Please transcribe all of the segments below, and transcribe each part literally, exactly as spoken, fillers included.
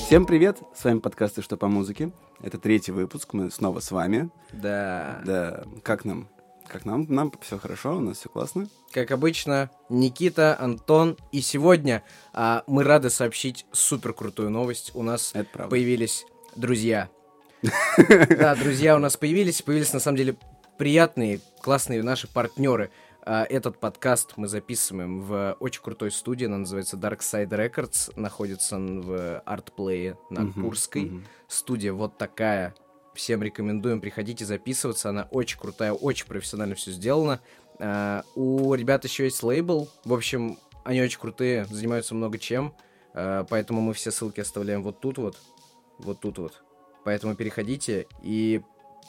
Всем привет, с вами подкасты «Что по музыке». Это третий выпуск, мы снова с вами. Да. Да, как нам? Как нам? Нам все хорошо, у нас все классно. Как обычно, Никита, Антон. И сегодня а, мы рады сообщить супер крутую новость. У нас появились друзья. Да, друзья у нас появились. Появились, на самом деле, приятные, классные наши партнеры. Этот подкаст мы записываем в очень крутой студии, она называется Dark Side Records, находится в Artplay на uh-huh, Курской. Uh-huh. Студия вот такая, всем рекомендуем, приходите записываться, она очень крутая, очень профессионально все сделано. Uh, у ребят еще есть лейбл, в общем, они очень крутые, занимаются много чем, uh, поэтому мы все ссылки оставляем вот тут вот, вот тут вот. Поэтому переходите и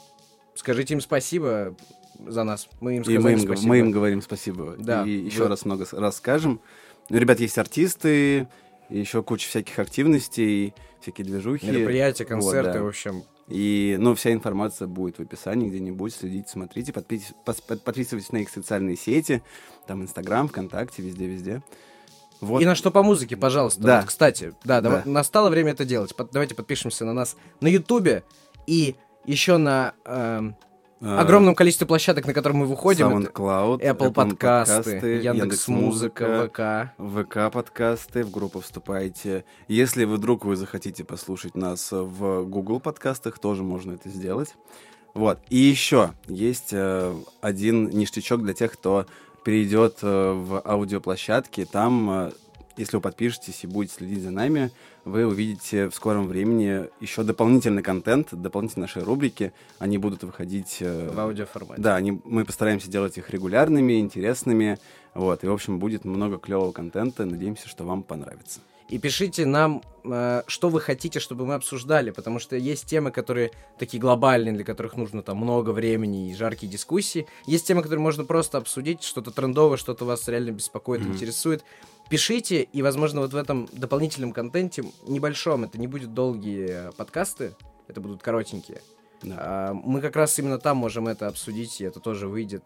скажите им спасибо за нас. Мы им сказали и мы им, спасибо. Мы им говорим спасибо. Да. И еще вы... раз много раз скажем. У ребят есть артисты, еще куча всяких активностей, всякие движухи. Мероприятия, концерты, вот, да. В общем. И, ну, вся информация будет в описании где-нибудь. Следите, смотрите, подпис... подписывайтесь на их социальные сети. Там Инстаграм, ВКонтакте, везде-везде. Вот. И на «Что по музыке», пожалуйста. Да. Вот, кстати, да, да. Да, настало время это делать. Под, давайте подпишемся на нас на Ютубе и еще на... Эм... А, огромном количестве площадок, на которые мы выходим. SoundCloud, Apple, Apple подкасты, подкасты, Яндекс.Музыка, ВК. ВК подкасты, в группу вступайте. Если вы вдруг вы захотите послушать нас в Google подкастах, тоже можно это сделать. Вот. И еще есть э, один ништячок для тех, кто перейдет э, в аудиоплощадки. Там, э, если вы подпишетесь и будете следить за нами, вы увидите в скором времени еще дополнительный контент, дополнительные наши рубрики. Они будут выходить... Э, в аудиоформате. Да, они, мы постараемся делать их регулярными, интересными. Вот, и, в общем, будет много клевого контента. Надеемся, что вам понравится. И пишите нам, э, что вы хотите, чтобы мы обсуждали, потому что есть темы, которые такие глобальные, для которых нужно там много времени и жаркие дискуссии. Есть темы, которые можно просто обсудить, что-то трендовое, что-то вас реально беспокоит, mm-hmm. интересует. Пишите, и, возможно, вот в этом дополнительном контенте, небольшом, это не будут долгие подкасты, это будут коротенькие. Да. А, мы как раз именно там можем это обсудить, и это тоже выйдет,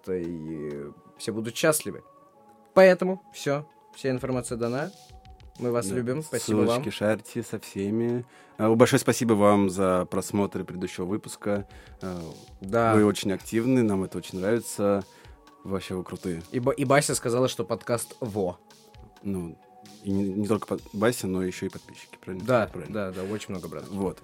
и все будут счастливы. Поэтому все, вся информация дана. Мы вас да. любим, спасибо Ссылочки вам. Ссылочки шарьте со всеми. Большое спасибо вам за просмотр предыдущего выпуска. Да. Вы очень активны, нам это очень нравится. Вообще вы крутые. И, и Бася сказала, что подкаст во. Ну, и не, не только под Бася, но еще и подписчики, правильно? Да, правильно. да, да, очень много братьев. Вот.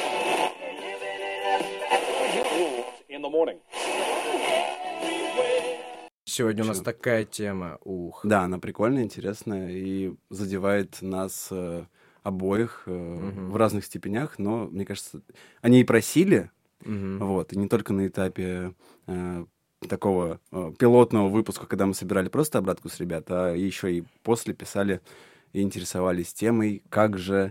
Сегодня у нас такая тема, ух. Да, она прикольная, интересная и задевает нас э, обоих э, угу. в разных степенях, но, мне кажется, они и просили, угу. вот, и не только на этапе э, такого э, пилотного выпуска, когда мы собирали просто обратку с ребят, а еще и после писали и интересовались темой, как же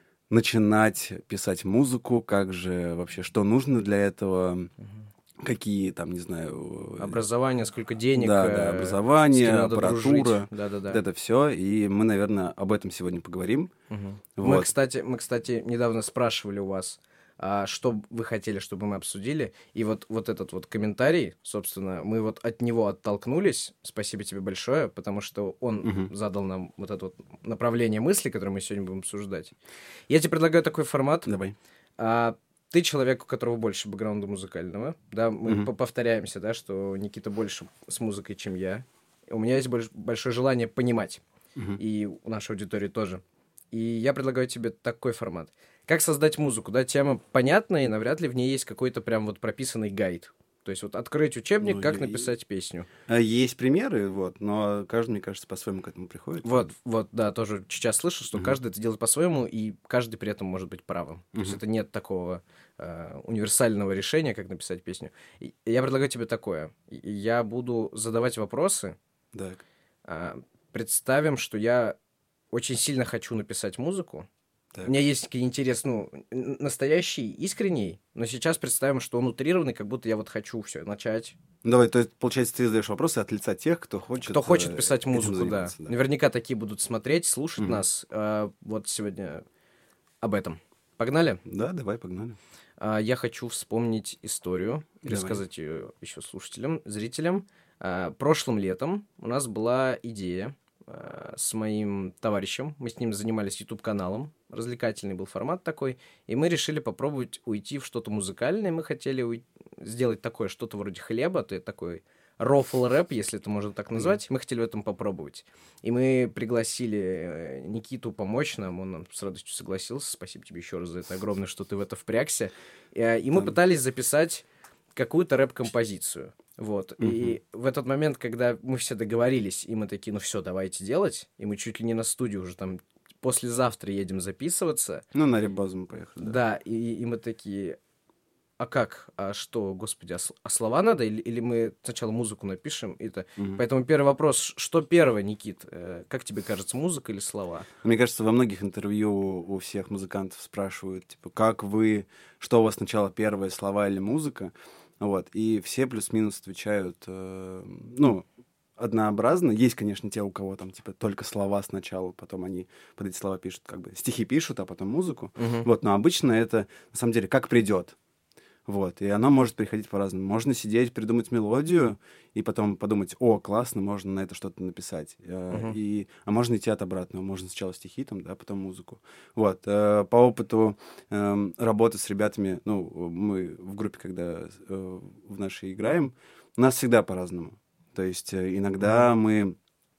начинать писать музыку, как же вообще, что нужно для этого, угу. какие там, не знаю... Образование, сколько денег. Да, да, образование, аппаратура, да, да, да. Это все, и мы, наверное, об этом сегодня поговорим. Угу. Вот. Мы, кстати, мы, кстати, недавно спрашивали у вас, а, что вы хотели, чтобы мы обсудили, и вот, вот этот вот комментарий, собственно, мы вот от него оттолкнулись, спасибо тебе большое, потому что он угу. задал нам вот это вот направление мысли, которое мы сегодня будем обсуждать. Я тебе предлагаю такой формат. Давай. А, ты человек, у которого больше бэкграунда музыкального, да, мы mm-hmm. повторяемся, да, что Никита больше с музыкой, чем я. У меня есть больш- большое желание понимать, mm-hmm. и у нашей аудитории тоже. И я предлагаю тебе такой формат. Как создать музыку, да, тема понятная, и навряд ли в ней есть какой-то прям вот прописанный гайд. То есть вот открыть учебник, ну, как и, написать песню. Есть примеры, вот, но каждый, мне кажется, по-своему к этому приходит. Вот, вот, да, тоже сейчас слышу, что uh-huh. каждый это делает по-своему, и каждый при этом может быть правым. Uh-huh. То есть это нет такого э, универсального решения, как написать песню. И я предлагаю тебе такое. Я буду задавать вопросы. Так. Э, представим, что я очень сильно хочу написать музыку. Так. У меня есть интерес, ну, настоящий, искренний, но сейчас представим, что он утрированный, как будто я вот хочу все начать. Ну, давай, то есть, получается, ты задаешь вопросы от лица тех, кто хочет... Кто хочет писать музыку, да. да. Наверняка такие будут смотреть, слушать mm-hmm. нас. А, вот сегодня об этом. Погнали? Да, давай, погнали. А, я хочу вспомнить историю, давай. Рассказать ее еще слушателям, зрителям. А, прошлым летом у нас была идея а, с моим товарищем, мы с ним занимались YouTube-каналом, развлекательный был формат такой, и мы решили попробовать уйти в что-то музыкальное. Мы хотели уй... сделать такое, что-то вроде хлеба, то есть такой рофл-рэп, если это можно так назвать. Mm-hmm. Мы хотели в этом попробовать. И мы пригласили Никиту помочь нам, он нам с радостью согласился. Спасибо тебе еще раз за это огромное, что ты в это впрягся. И, и мы mm-hmm. пытались записать какую-то рэп-композицию. Вот. Mm-hmm. И в этот момент, когда мы все договорились, и мы такие, ну все, давайте делать, и мы чуть ли не на студию уже там послезавтра едем записываться. Ну, на реп-базу мы поехали. Да, да и, и мы такие, а как, а что, господи, а, а слова надо? Или, или мы сначала музыку напишем? Это... Mm-hmm. Поэтому первый вопрос, что первое, Никит? Как тебе кажется, музыка или слова? Мне кажется, во многих интервью у всех музыкантов спрашивают, типа, как вы, что у вас сначала первое, слова или музыка? Вот, и все плюс-минус отвечают, э, ну, однообразно. Есть, конечно, те, у кого там, типа, только слова сначала, потом они под эти слова пишут, как бы, стихи пишут, а потом музыку. Uh-huh. Вот, но обычно это, на самом деле, как придет. Вот, и оно может приходить по-разному. Можно сидеть, придумать мелодию, и потом подумать, о, классно, можно на это что-то написать. Uh-huh. И, а можно идти от обратного. Можно сначала стихи, там, да, потом музыку. Вот, по опыту э, работы с ребятами, ну, мы в группе, когда э, в нашей играем, у нас всегда по-разному. То есть иногда uh-huh. мы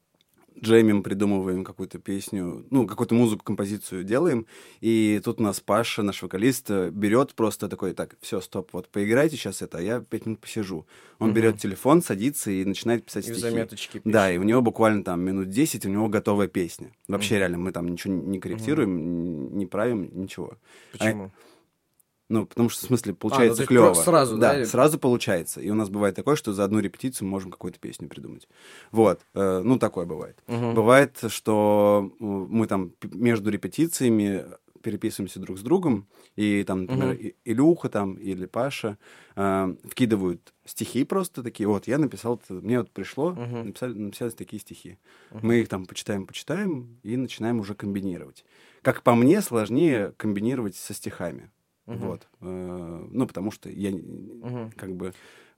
джемим, придумываем какую-то песню, ну, какую-то музыку, композицию делаем, и тут у нас Паша, наш вокалист, берет просто такой, так, все, стоп, вот поиграйте сейчас это, а я пять минут посижу. Он угу. берет телефон, садится и начинает писать и стихи. заметочки пишет. Да, и у него буквально там минут десять, у него готовая песня. Вообще угу. реально, мы там ничего не корректируем, угу. не правим, ничего. Почему? А... Ну, потому что, в смысле, получается а, ну, клево. Сразу, да? Да, сразу получается. И у нас бывает такое, что за одну репетицию мы можем какую-то песню придумать. Вот. Э, ну, такое бывает. Угу. Бывает, что мы там между репетициями переписываемся друг с другом, и там, например, угу. Илюха там или Паша э, вкидывают стихи просто такие, вот, я написал, мне вот пришло, угу. написали, написали такие стихи. Угу. Мы их там почитаем, почитаем, и начинаем уже комбинировать. Как по мне, сложнее комбинировать со стихами. Uh-huh. Вот. Ну, потому что я uh-huh. как бы...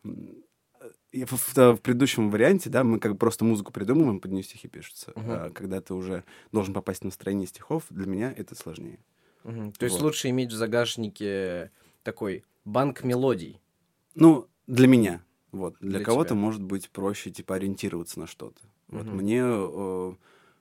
В, в, в предыдущем варианте, да, мы как бы просто музыку придумываем, под нее стихи пишутся. Uh-huh. А когда ты уже должен попасть в настроение стихов, для меня это сложнее. Uh-huh. Вот. То есть лучше иметь в загашнике такой банк мелодий? Ну, для меня. Вот. Для, для кого-то тебя. Может быть проще, типа, ориентироваться на что-то. Uh-huh. Вот. Мне... Э,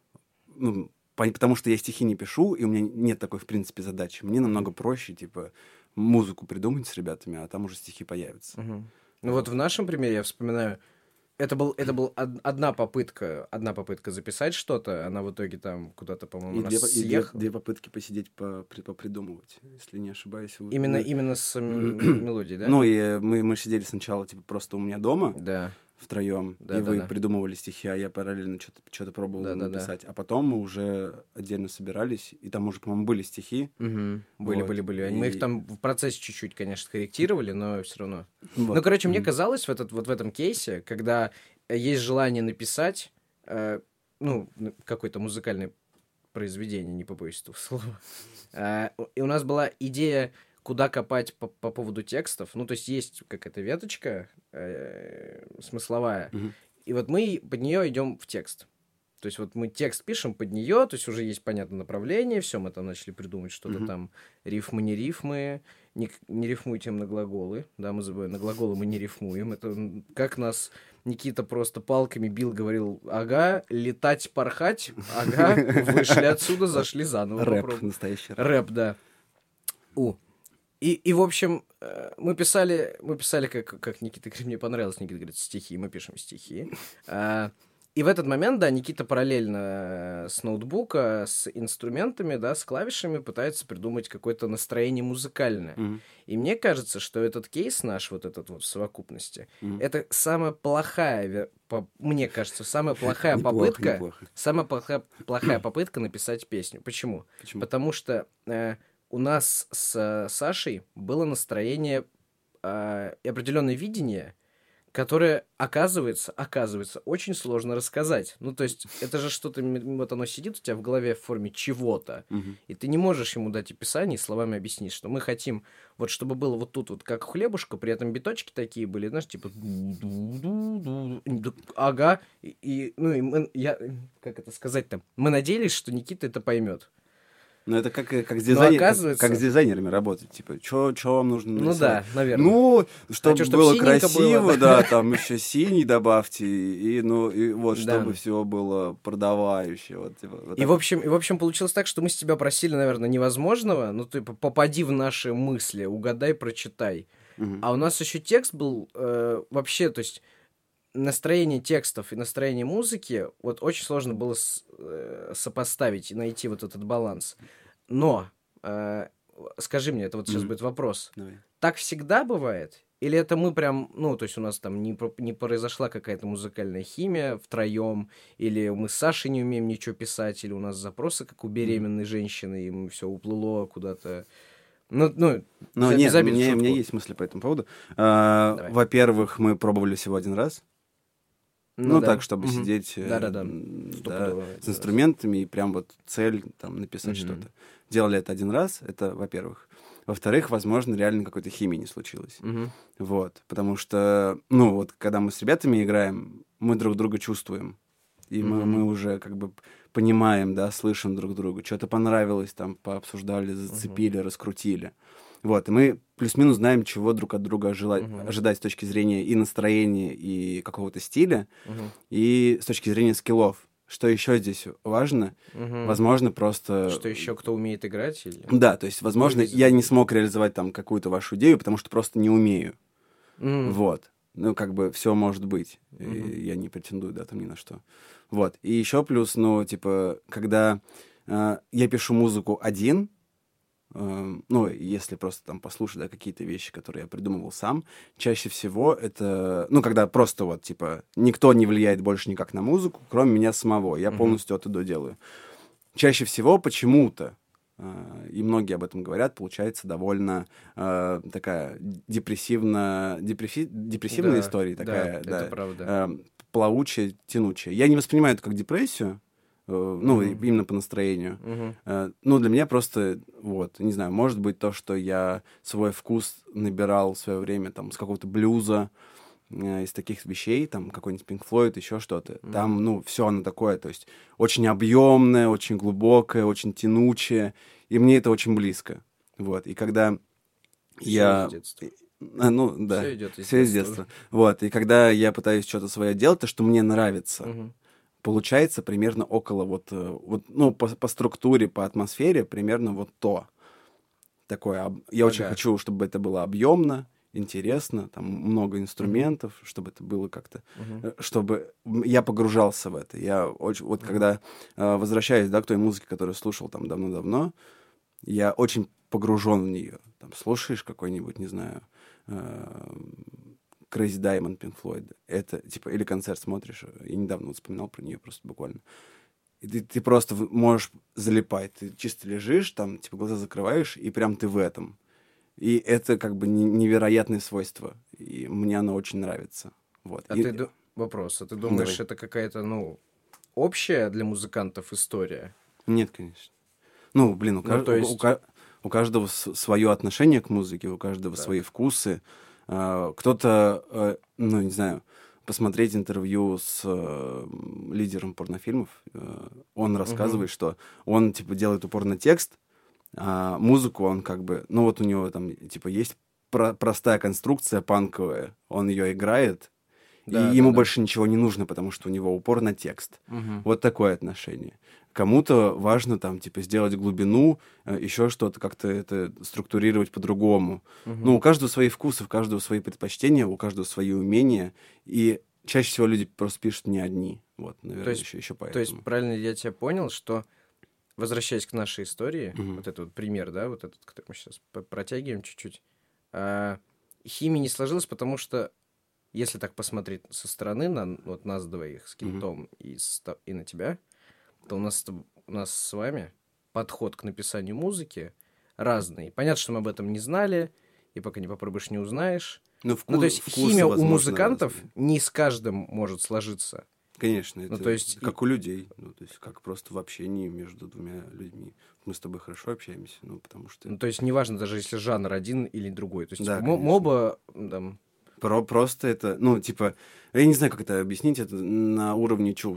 ну, потому что я стихи не пишу, и у меня нет такой, в принципе, задачи. Мне намного проще, типа, музыку придумать с ребятами, а там уже стихи появятся. Угу. Ну вот в нашем примере я вспоминаю, это был, это был од- одна попытка, одна попытка записать что-то, она в итоге там куда-то, по-моему, и две, съехала. И две, две попытки посидеть, по, попридумывать, если не ошибаюсь. Именно, мы... именно с мелодией, да? Ну, и мы, мы сидели сначала, типа, просто у меня дома. Да. Втроем, да, и да, вы да. придумывали стихи, а я параллельно что-то, что-то пробовал да, написать. Да, да. А потом мы уже отдельно собирались, и там уже, по-моему, были стихи. Угу. Были, вот. были, были. И... Мы их там в процессе чуть-чуть, конечно, корректировали, но все равно. Вот. Ну, короче, mm-hmm. мне казалось в, этот, вот в этом кейсе, когда есть желание написать, э, ну, какое-то музыкальное произведение, не побоюсь этого слова, э, и у нас была идея, куда копать по, по поводу текстов. Ну, то есть есть какая-то веточка э, смысловая, uh-huh. и вот мы под нее идем в текст. То есть вот мы текст пишем под нее, то есть уже есть понятное направление, все, мы там начали придумывать что-то uh-huh. там, рифмы, не рифмы, не, не рифмуйте на глаголы, да, мы забываем, на глаголы мы не рифмуем. Это как нас Никита просто палками бил, говорил, ага, летать, порхать, ага, вышли отсюда, зашли заново. Рэп, попробуем. Настоящий рэп. Рэп, да. У. И, и, в общем, мы писали, мы писали, как, как Никита говорит, мне понравилось, Никита говорит, стихи, мы пишем стихи. И в этот момент, да, Никита параллельно с ноутбука, с инструментами, да, с клавишами пытается придумать какое-то настроение музыкальное. Mm-hmm. И мне кажется, что этот кейс наш, вот этот вот в совокупности, mm-hmm. это самая плохая, по, мне кажется, самая плохая попытка, неплохо. самая плохая, плохая попытка написать песню. Почему? Почему? Потому что э, у нас с Сашей было настроение э, и определенное видение, которое, оказывается, оказывается, очень сложно рассказать. Ну, то есть, это же что-то, вот оно сидит у тебя в голове в форме чего-то, uh-huh. и ты не можешь ему дать описание и словами объяснить, что мы хотим, вот чтобы было вот тут вот как хлебушка, при этом биточки такие были, знаешь, типа ага, и, и ну, и мы, я, как это сказать-то, мы надеялись, что Никита это поймет. Ну, это как, как, с дизайнер, оказывается... как, как с дизайнерами работать. Типа, что вам нужно нарисовать? Ну да, наверное. Ну, чтобы Хочу, было чтоб красиво, было, да, там еще синий добавьте, и, ну, и вот, да. чтобы все было продавающее. Вот, типа, вот и, в общем, и, в общем, получилось так, что мы с тебя просили, наверное, невозможного, ну, типа, попади в наши мысли, угадай, прочитай. Угу. А у нас еще текст был э, вообще, то есть... настроение текстов и настроение музыки вот очень сложно было с, э, сопоставить и найти вот этот баланс. Но, э, скажи мне, это вот сейчас mm-hmm. будет вопрос. Давай. Так всегда бывает? Или это мы прям, ну, то есть у нас там не, не произошла какая-то музыкальная химия втроем, или мы с Сашей не умеем ничего писать, или у нас запросы, как у беременной mm-hmm. женщины, и все уплыло куда-то. Ну, ну, Но нет, у меня, у меня есть мысли по этому поводу. А, во-первых, мы пробовали всего один раз. Ну, ну да. так, чтобы угу. сидеть да, да, да. Да, с инструментами и прям вот цель там написать угу. что-то. Делали это один раз, это во-первых. Во-вторых, возможно, реально какой-то химии не случилось. Угу. Вот, потому что, ну, вот когда мы с ребятами играем, мы друг друга чувствуем. И мы, mm-hmm. мы уже как бы понимаем, да, слышим друг друга. Что-то понравилось, там, пообсуждали, зацепили, mm-hmm. раскрутили. Вот, и мы плюс-минус знаем, чего друг от друга ожила- mm-hmm. ожидать с точки зрения и настроения, и какого-то стиля, mm-hmm. и с точки зрения скиллов. Что еще здесь важно? Mm-hmm. Возможно, просто... Что еще кто умеет играть? Или... Да, то есть, возможно, я не смог реализовать там какую-то вашу идею, потому что просто не умею. Mm-hmm. Вот. Ну, как бы все может быть. Mm-hmm. И я не претендую, да, там ни на что. Вот. И еще плюс, ну, типа, когда э, я пишу музыку один, э, ну, если просто там послушать, да, какие-то вещи, которые я придумывал сам, чаще всего это, ну, когда просто вот, типа, никто не влияет больше никак на музыку, кроме меня самого. Я mm-hmm. полностью от и до делаю. Чаще всего почему-то, э, и многие об этом говорят, получается довольно э, такая депрессивно, депресси, депрессивная да, история, такая, да, да, это правда. Э, плавучая, тянучая. Я не воспринимаю это как депрессию, э, ну, mm-hmm. именно по настроению. Mm-hmm. Э, ну, для меня просто, вот, не знаю, может быть то, что я свой вкус набирал в свое время там с какого-то блюза, э, из таких вещей, там, какой-нибудь Pink Floyd, еще что-то. Mm-hmm. Там, ну, все оно такое, то есть очень объемное, очень глубокое, очень тянучее, и мне это очень близко. Вот, и когда Всё я... из детства. А, ну, да, все идет из, все из детства. Вот, и когда я пытаюсь что-то свое делать, то, что мне нравится, угу. получается примерно около вот, вот ну, по, по структуре, по атмосфере примерно вот то. Такое. Я ага. очень хочу, чтобы это было объемно, интересно, там много инструментов, угу. чтобы это было как-то, угу. чтобы я погружался в это. Я очень, вот угу. когда э, возвращаюсь, да, к той музыке, которую слушал там давно-давно, я очень погружен в нее. Там слушаешь какой-нибудь, не знаю, Crazy Diamond, Pink Floyd, это, типа, или концерт смотришь, я недавно вот вспоминал про нее просто буквально, и ты, ты просто можешь залипать, ты чисто лежишь, там, типа, глаза закрываешь, и прям ты в этом. И это, как бы, невероятное свойство, и мне оно очень нравится. Вот. А и... ты, вопрос, а ты думаешь, Давай. это какая-то, ну, общая для музыкантов история? Нет, конечно. Ну, блин, у, ну, кажд... то есть... у, у каждого свое отношение к музыке, у каждого да. свои вкусы. Uh, кто-то, uh, ну, не знаю, посмотреть интервью с uh, лидером порнофильмов, uh, он рассказывает, uh-huh. что он, типа, делает упор на текст, а музыку он как бы... Ну, вот у него там, типа, есть про- простая конструкция панковая, он ее играет, да, и да, ему да. больше ничего не нужно, потому что у него упор на текст. Uh-huh. Вот такое отношение. Кому-то важно там, типа, сделать глубину, еще что-то, как-то это структурировать по-другому. Uh-huh. Ну, у каждого свои вкусы, у каждого свои предпочтения, у каждого свои умения. И чаще всего люди просто пишут не одни. Вот, наверное, то есть, еще, еще поэтому. То есть, правильно я тебя понял, что, возвращаясь к нашей истории, uh-huh. вот этот вот пример, да, вот этот, который мы сейчас протягиваем чуть-чуть, а, химия не сложилась, потому что, если так посмотреть со стороны на вот нас двоих, с Кентом uh-huh. и, с, и на тебя, то у нас, у нас с вами подход к написанию музыки разный. Понятно, что мы об этом не знали, и пока не попробуешь, не узнаешь. Ну, вкус, ну то есть химия у музыкантов разные. Не с каждым может сложиться. Конечно, ну, это то есть... как у людей. Ну, то есть как просто в общении между двумя людьми. Мы с тобой хорошо общаемся, ну, потому что... Ну, то есть неважно, даже если жанр один или другой. То есть да, типа, мы оба... Там... Про, просто это, ну, типа, я не знаю, как это объяснить, это на уровне чувств.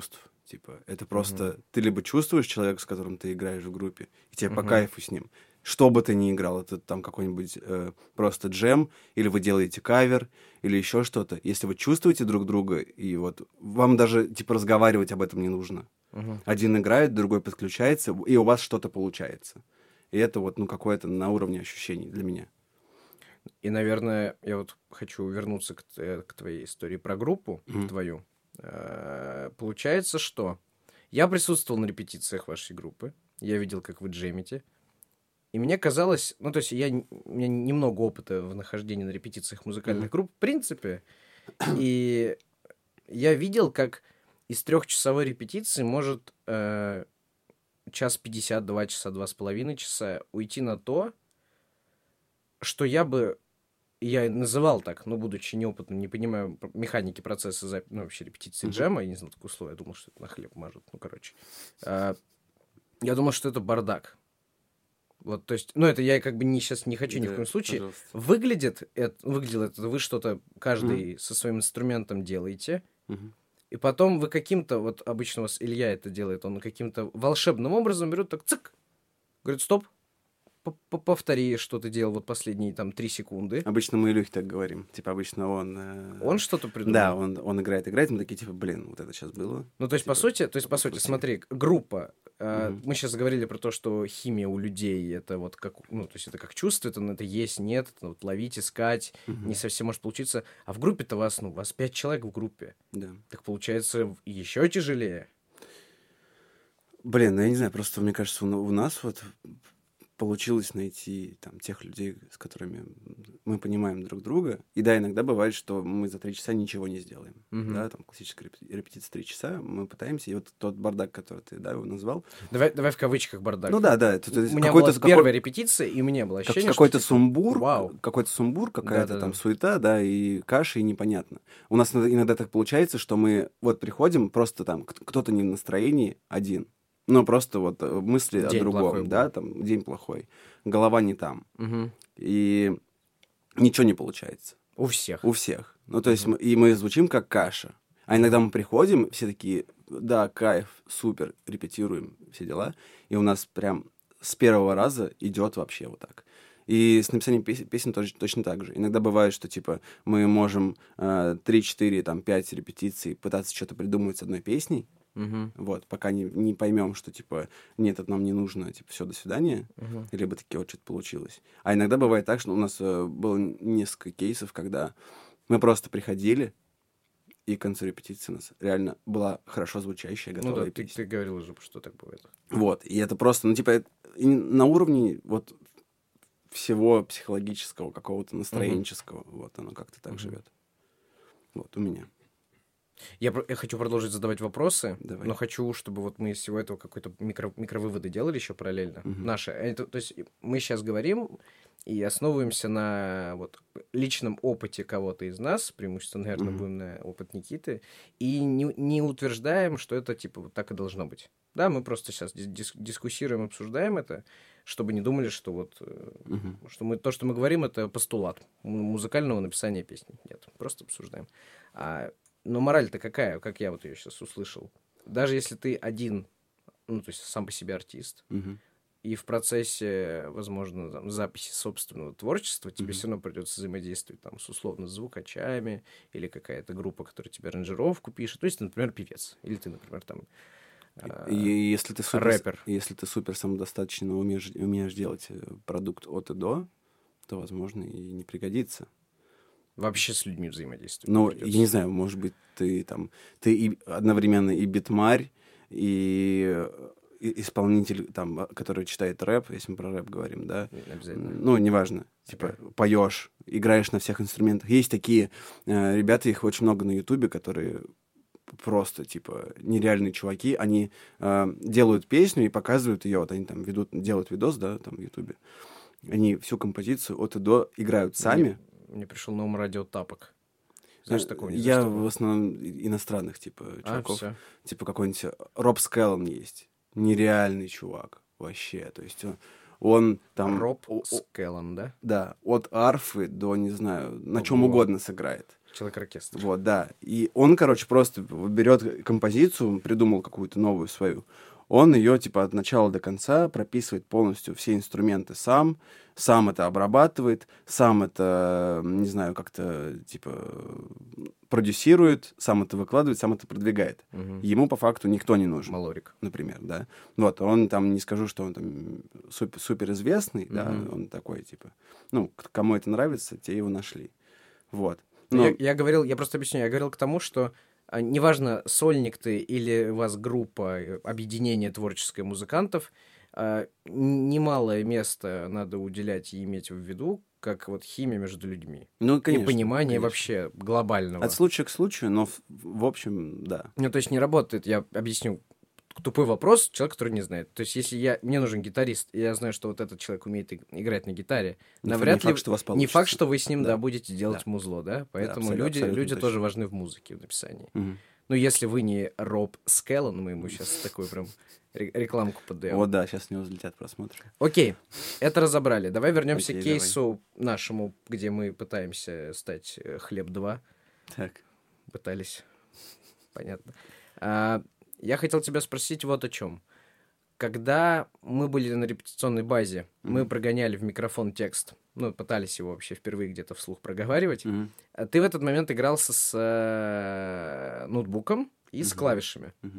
Типа, это просто... Uh-huh. Ты либо чувствуешь человека, с которым ты играешь в группе, и тебе uh-huh. по кайфу с ним. Что бы ты ни играл, это там какой-нибудь э, просто джем, или вы делаете кавер, или еще что-то. Если вы чувствуете друг друга, и вот вам даже, типа, разговаривать об этом не нужно. Uh-huh. Один играет, другой подключается, и у вас что-то получается. И это вот, ну, какое-то на уровне ощущений для меня. И, наверное, я вот хочу вернуться к, к твоей истории про группу, mm-hmm. твою. Э-э- получается, что я присутствовал на репетициях вашей группы, я видел, как вы джемите, и мне казалось, ну, то есть я, у меня немного опыта в нахождении на репетициях музыкальных mm-hmm. групп, в принципе, и я видел, как из трехчасовой репетиции может э- час пятьдесят, два часа, два с половиной часа уйти на то, что я бы, я называл так, но будучи неопытным, не понимаю механики процесса, запи- ну, вообще репетиции mm-hmm. джема, я не знал такое слово, я думал, что это на хлеб мажут, ну, короче. А, я думал, что это бардак. Вот, то есть, ну, это я как бы не, сейчас не хочу да, ни в коем случае. Пожалуйста. Выглядит, это, выглядит это, вы что-то, каждый mm-hmm. со своим инструментом делаете, mm-hmm. и потом вы каким-то, вот обычно у вас Илья это делает, он каким-то волшебным образом берет так, цик, говорит, стоп, повтори, что ты делал вот последние там три секунды. Обычно мы Илюхе так говорим. Типа, обычно он... Э... Он что-то придумал? Да, он, он играет, играет, мы такие, типа, блин, вот это сейчас было. Ну, то есть, типа, по сути, то есть, по сути, смотри, группа. Э, угу. Мы сейчас говорили про то, что химия у людей, это вот как, ну, то есть, это как чувство, это, это есть, нет, это вот ловить, искать, угу. не совсем может получиться. А в группе-то вас, ну, вас пять человек в группе. Да. Так получается еще тяжелее. Блин, ну, я не знаю, просто, мне кажется, у, у нас вот... получилось найти там тех людей, с которыми мы понимаем друг друга. И да, иногда бывает, что мы за три часа ничего не сделаем. Mm-hmm. Да, там классическая репетиция три часа, мы пытаемся. И вот тот бардак, который ты, да, его назвал. Давай, давай в кавычках бардак. Ну да, да. Это, у меня была какой-то... первая репетиция, и у меня было ощущение, как, какой-то что... сумбур, Вау. какой-то сумбур, какая-то да, там да. суета, да, и каша, и непонятно. У нас иногда так получается, что мы вот приходим, просто там кто-то не в настроении один. Ну, просто вот мысли день о другом, да, там, день плохой, голова не там. Угу. И ничего не получается. У всех. У всех. Ну, то есть, мы, и мы звучим как каша. А иногда мы приходим, все такие, да, кайф, супер, репетируем, все дела. И у нас прям с первого раза идет вообще вот так. И с написанием песен, песен тоже, точно так же. Иногда бывает, что, типа, мы можем э, три-четыре, там, пять репетиций пытаться что-то придумать с одной песней, Uh-huh. вот, пока не, не поймем, что, типа, нет, это нам не нужно, типа, все, до свидания, uh-huh. либо таки вот что-то получилось. А иногда бывает так, что у нас э, было несколько кейсов, когда мы просто приходили, и к концу репетиции у нас реально была хорошо звучащая, готовая ну, да, песня. Ты, ты говорил уже, что так бывает. Вот, и это просто, ну, типа, это, на уровне вот всего психологического, какого-то настроенческого, uh-huh. вот, оно как-то так uh-huh. живет. Вот, у меня. Я, я хочу продолжить задавать вопросы, Давай. но хочу, чтобы вот мы из всего этого какой-то микро, микровыводы делали еще параллельно. Uh-huh. Наши. Это, то есть мы сейчас говорим и основываемся на вот, личном опыте кого-то из нас, преимущественно, наверное, uh-huh. будем на опыт Никиты, и не, не утверждаем, что это типа вот так и должно быть. Да, мы просто сейчас дис- дискуссируем, обсуждаем это, чтобы не думали, что вот uh-huh. что мы, то, что мы говорим, это постулат музыкального написания песни. Нет, просто обсуждаем. А Но мораль-то какая, как я вот ее сейчас услышал. Даже если ты один, ну, то есть сам по себе артист, uh-huh. и в процессе, возможно, там, записи собственного творчества тебе uh-huh. все равно придется взаимодействовать там, с условно звукачами, или какая-то группа, которая тебе аранжировку пишет. То есть ты, например, певец, или ты, например, там и, и если ты супер, рэпер. Если ты супер самодостаточно умеешь, умеешь делать продукт от и до, то, возможно, и не пригодится. Вообще с людьми взаимодействовать. Ну, я не знаю, может быть, ты там, ты и одновременно и битмарь, и, и исполнитель, там, который читает рэп, если мы про рэп говорим, да? Обязательно. Ну, неважно. Типа, okay. поешь, играешь на всех инструментах. Есть такие э, ребята, их очень много на Ютубе, которые просто, типа, нереальные чуваки. Они э, делают песню и показывают ее. Вот они там ведут, делают видос, да, там в Ютубе. Они всю композицию от и до играют сами. Мне пришел на ум радиотапок. Знаешь, такого не Я в основном иностранных, типа, чуваков. А, типа какой-нибудь Роб Скеллон есть. Нереальный чувак. Вообще. То есть он, он там... Роб Скеллон, да? Да. От арфы до, не знаю, на чем угодно сыграет. Человек-оркестр. Вот, да. И он, короче, просто берет композицию, придумал какую-то новую свою. Он ее, типа, от начала до конца прописывает полностью все инструменты сам, сам это обрабатывает, сам это, не знаю, как-то, типа, продюсирует, сам это выкладывает, сам это продвигает. Угу. Ему, по факту, никто не нужен. Малорик. Например, да. Вот, он там, не скажу, что он там супер, суперизвестный, угу. да, он такой, типа, ну, кому это нравится, те его нашли. Вот. Но... Я, я говорил, я просто объясню, я говорил к тому, что а, неважно, сольник ты или у вас группа, объединение творческое музыкантов, а, немалое место надо уделять и иметь в виду, как вот химия между людьми. Ну, конечно. И понимание конечно. вообще глобального. От случая к случаю, но в, в общем, да. Ну, то есть не работает, я объясню. Тупой вопрос, человек, который не знает. То есть, если я, мне нужен гитарист, и я знаю, что вот этот человек умеет играть на гитаре, не навряд не ли... Факт, что у вас не факт, что вы с ним, да, да будете делать да. музло, да? Поэтому да, люди, абсолютно люди точно. тоже важны в музыке, в написании. Угу. Ну, если вы не Роб Скеллон, мы ему сейчас такую прям рекламку поддаем. О, да, сейчас у него взлетят просмотры. Окей, это разобрали. Давай вернемся Окей, к кейсу давай. нашему, где мы пытаемся стать Хлеб два. Так. Пытались. Понятно. А, я хотел тебя спросить вот о чем. Когда мы были на репетиционной базе, mm-hmm. мы прогоняли в микрофон текст, ну, пытались его вообще впервые где-то вслух проговаривать, mm-hmm. а ты в этот момент игрался с э, ноутбуком и mm-hmm. с клавишами. Mm-hmm.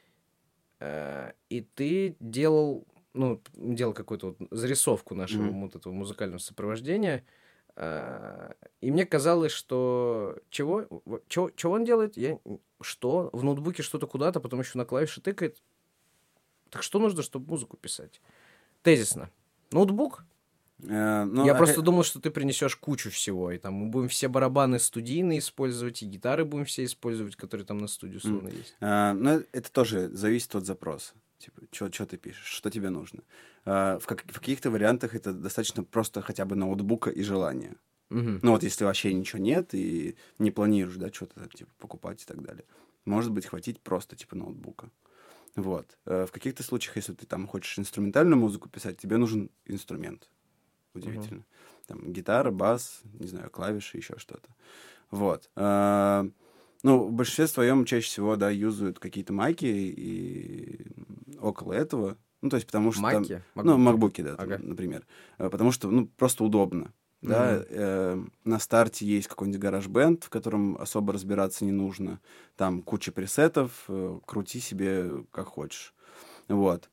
Э, и ты делал, ну, делал какую-то вот зарисовку нашего mm-hmm. вот этого музыкального сопровождения, э, и мне казалось, что чего? Чего, чего он делает? Я... Что? В ноутбуке что-то куда-то, потом еще на клавиши тыкает. Так что нужно, чтобы музыку писать? Тезисно. Ноутбук? Э, ну, Я а... просто думал, что ты принесешь кучу всего. И там мы будем все барабаны студийные использовать, и гитары будем все использовать, которые там на студию словно mm. есть. А, ну, это тоже зависит от запроса. Типа, что ты пишешь, что тебе нужно. А, в, как, в каких-то вариантах это достаточно просто хотя бы ноутбука и желания. Mm-hmm. Ну, вот если вообще ничего нет, и не планируешь, да, что-то типа покупать и так далее. Может быть, хватить просто, типа, ноутбука. Вот. В каких-то случаях, если ты там хочешь инструментальную музыку писать, тебе нужен инструмент. Удивительно. Uh-huh. Там гитара, бас, не знаю, клавиши, еще что-то. Вот. Ну, в большинстве своем чаще всего, да, юзают какие-то маки и около этого. Ну, то есть потому что... Маки? Там, ну, макбуки, да, ага. там, например. Потому что, ну, просто удобно. Да, mm-hmm. э, на старте есть какой-нибудь GarageBand, в котором особо разбираться не нужно. Там куча пресетов, э, крути себе как хочешь. Вот.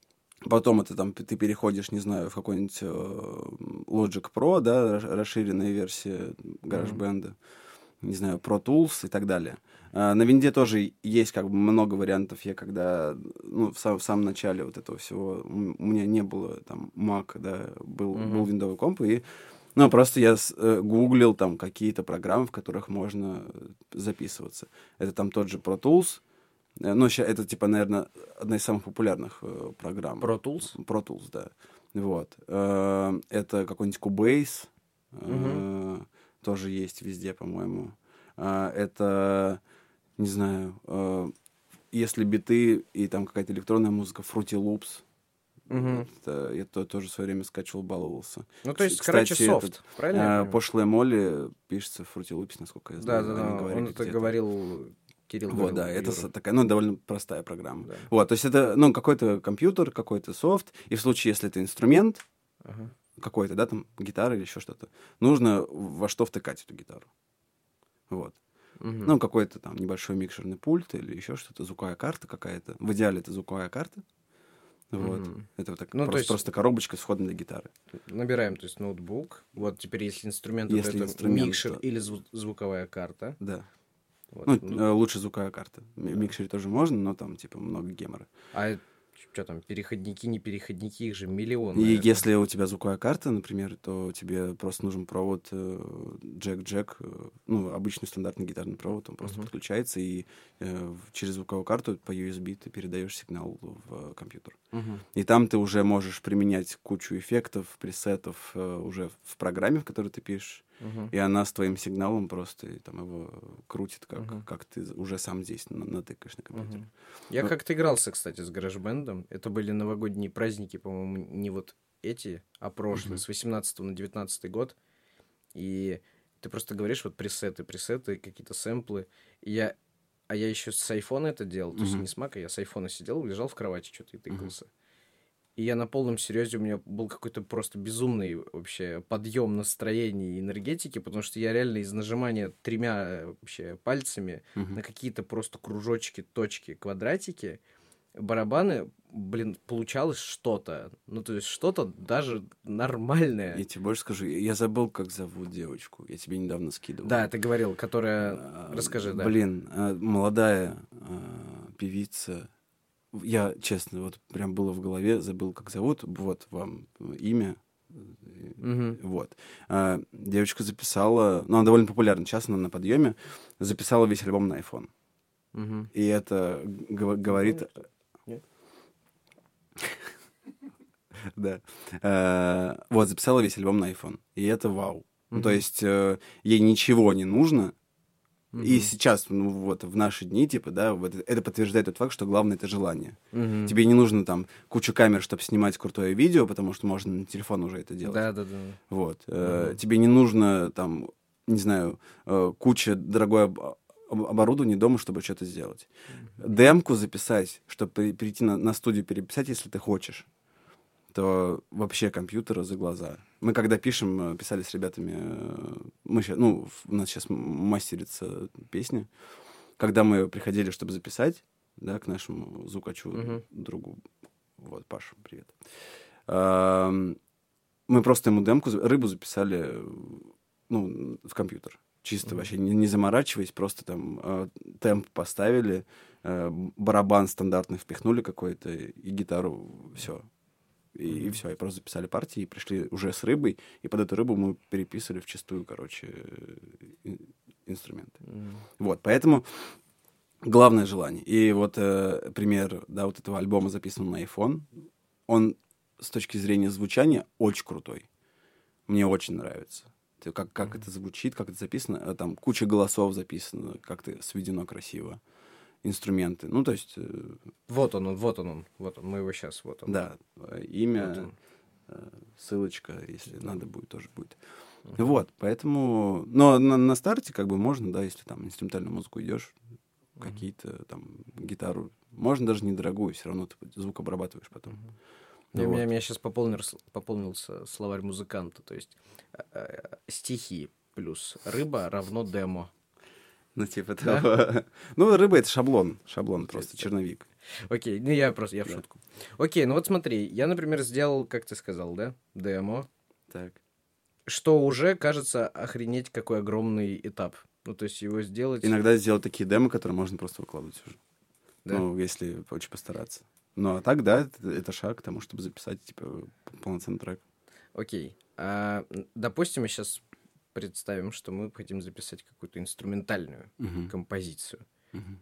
Потом это там ты переходишь, не знаю, в какой-нибудь э, Logic Pro, да, расширенная версия GarageBand, mm-hmm. не знаю, Pro Tools и так далее. А, на винде тоже есть как бы много вариантов. Я когда, ну, в, сам, в самом начале вот этого всего, у меня не было там Mac, да, был, mm-hmm. был виндовый комп, и ну, просто я э, гуглил там какие-то программы, в которых можно записываться. Это там тот же Pro Tools. Э, ну, ща, это, типа, наверное, одна из самых популярных э, программ. Pro Tools? Pro Tools, да. Вот. Э, это какой-нибудь Cubase. Э, uh-huh. Тоже есть везде, по-моему. Э, это, не знаю, э, если биты и там какая-то электронная музыка, Fruity Loops. Uh-huh. Это, я то, тоже в свое время скачивал, баловался. Ну, то есть, Кстати, короче, софт, этот, правильно? А, пошлая Молли пишется в Fruity Loops, насколько я знаю. Да, да, да, он это говорил, Кирилл Вот, говорил. да, это Юра. такая, ну, довольно простая программа. Да. Вот, то есть это, ну, какой-то компьютер, какой-то софт, и в случае, если это инструмент uh-huh. какой-то, да, там, гитара или еще что-то, нужно во что втыкать эту гитару. Вот. Uh-huh. Ну, какой-то там небольшой микшерный пульт или еще что-то, звуковая карта какая-то. В идеале это звуковая карта. Вот. Mm-hmm. Это вот так, ну, просто, есть... просто коробочка с входом для гитары. Набираем, то есть, ноутбук. Вот теперь, если инструмент, если вот это инструмент, микшер то... или зву- звуковая карта. Да. Вот. Ну, ну, лучше звуковая карта. В да. микшере тоже можно, но там, типа, много гемора. А что там, переходники, не переходники, их же миллион. И наверное. если у тебя звуковая карта, например, то тебе просто нужен провод джек-джек, э, ну, обычный стандартный гитарный провод, он просто uh-huh. подключается, и э, через звуковую карту по ю эс би ты передаешь сигнал в э, компьютер. Uh-huh. И там ты уже можешь применять кучу эффектов, пресетов э, уже в программе, в которой ты пишешь, uh-huh. и она с твоим сигналом просто и, там, его крутит, как, uh-huh. как ты уже сам здесь натыкаешь на компьютере. Uh-huh. Я Но... как-то игрался, кстати, с GarageBand. Это были новогодние праздники, по-моему, не вот эти, а прошлые, uh-huh. с восемнадцатого на девятнадцатый год. И ты просто говоришь вот пресеты, пресеты, какие-то сэмплы. И я... А я еще с айфона это делал, то mm-hmm. есть не с мака, я с айфона сидел, лежал в кровати что-то и тыкался. Mm-hmm. И я на полном серьезе, у меня был какой-то просто безумный вообще подъем настроения и энергетики, потому что я реально из нажимания тремя вообще пальцами mm-hmm. на какие-то просто кружочки, точки, квадратики, барабаны, блин, получалось что-то. Ну, то есть что-то даже нормальное. Я тебе больше скажу, я забыл, как зовут девочку. Я тебе недавно скидывал. Да, ты говорил, которая... А, Расскажи, да. Блин, молодая а, певица. Я, честно, вот прям было в голове, забыл, как зовут. Вот вам имя. Угу. Вот. А, девочка записала... Ну, она довольно популярна. Сейчас она на подъеме. Записала весь альбом на iPhone. Угу. И это г- говорит... Да. Э, вот, записала весь альбом на iPhone. И это вау. Mm-hmm. Ну, то есть э, ей ничего не нужно. Mm-hmm. И сейчас, ну, вот, в наши дни, типа, да, вот, это подтверждает тот факт, что главное — это желание. Mm-hmm. Тебе не нужно, там, кучу камер, чтобы снимать крутое видео, потому что можно на телефон уже это делать. Да-да-да. Вот. Э, mm-hmm. Тебе не нужно, там, не знаю, э, куча дорогой об- оборудование дома, чтобы что-то сделать. Mm-hmm. Демку записать, чтобы перейти на, на студию, переписать, если ты хочешь, то вообще компьютера за глаза. Мы когда пишем, писали с ребятами, мы сейчас, ну, у нас сейчас мастерится песня, когда мы приходили, чтобы записать, да, к нашему звукачу, mm-hmm. другу, вот, Паша, привет. Мы просто ему демку, рыбу записали, ну, в компьютер. Чисто mm-hmm. вообще, не, не заморачиваясь, просто там э, темп поставили, э, барабан стандартный впихнули какой-то, и гитару, все. И, mm-hmm. и все, и просто записали партии, и пришли уже с рыбой, и под эту рыбу мы переписывали вчистую, короче, инструменты. Mm-hmm. Вот, поэтому главное желание. И вот э, пример, да, вот этого альбома, записанного на iPhone, он с точки зрения звучания очень крутой. Мне очень нравится. Как, как mm-hmm. это звучит, как это записано. Там куча голосов записано, как-то сведено красиво. Инструменты. Ну, то есть... Э... Вот он, он, вот он, он. Вот он, мы его сейчас, вот он. Да, имя, вот он. Э, ссылочка, если да. надо будет, тоже будет. Mm-hmm. Вот, поэтому... Но на, на старте как бы можно, да, если там инструментальную музыку идешь, mm-hmm. какие-то там гитару. Можно даже недорогую, все равно ты звук обрабатываешь потом. Mm-hmm. Вот. У меня, меня сейчас пополнил, пополнился словарь музыканта, то есть э, стихи плюс рыба равно демо. Ну, типа того. Да? Ну, рыба — это шаблон, шаблон просто, черновик. Окей, ну я просто, я в да. шутку. Окей, ну вот смотри, я, например, сделал, как ты сказал, да, демо. Так. Что уже кажется охренеть какой огромный этап. Ну, то есть его сделать... Иногда сделать такие демо, которые можно просто выкладывать уже. Да? Ну, если очень постараться. Ну, а так, да, это, это шаг к тому, чтобы записать, типа, полноценный трек. Окей. А, допустим, мы сейчас представим, что мы хотим записать какую-то инструментальную uh-huh. композицию. Uh-huh.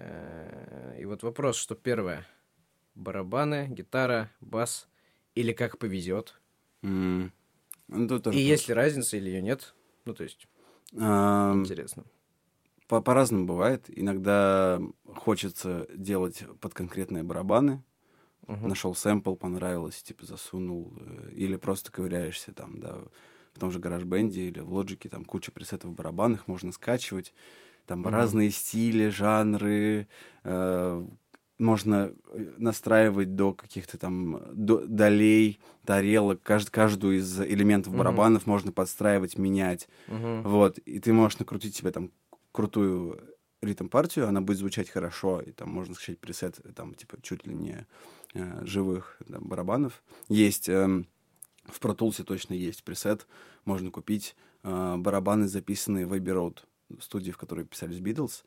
А, и вот вопрос, что первое? Барабаны, гитара, бас или как повезет? Mm. Ну, тут тоже и просто. есть ли разница или ее нет? Ну, то есть, а, интересно. По- по-разному бывает. Иногда хочется делать под конкретные барабаны. Uh-huh. Нашел сэмпл, понравилось, типа засунул. Или просто ковыряешься там, да, в том же GarageBand или в Logic, там куча пресетов в барабанах, можно скачивать. Там uh-huh. разные стили, жанры. Э- можно настраивать до каких-то там до, долей, тарелок. Кажд, каждую из элементов uh-huh. барабанов можно подстраивать, менять. Uh-huh. Вот. И ты можешь накрутить себе там крутую ритм-партию, она будет звучать хорошо, и там можно скачать пресет, там, типа, чуть ли не э, живых там, барабанов. Есть, э, в Pro Tools точно есть пресет, можно купить э, барабаны, записанные в Abbey Road, студии, в которой писались Beatles,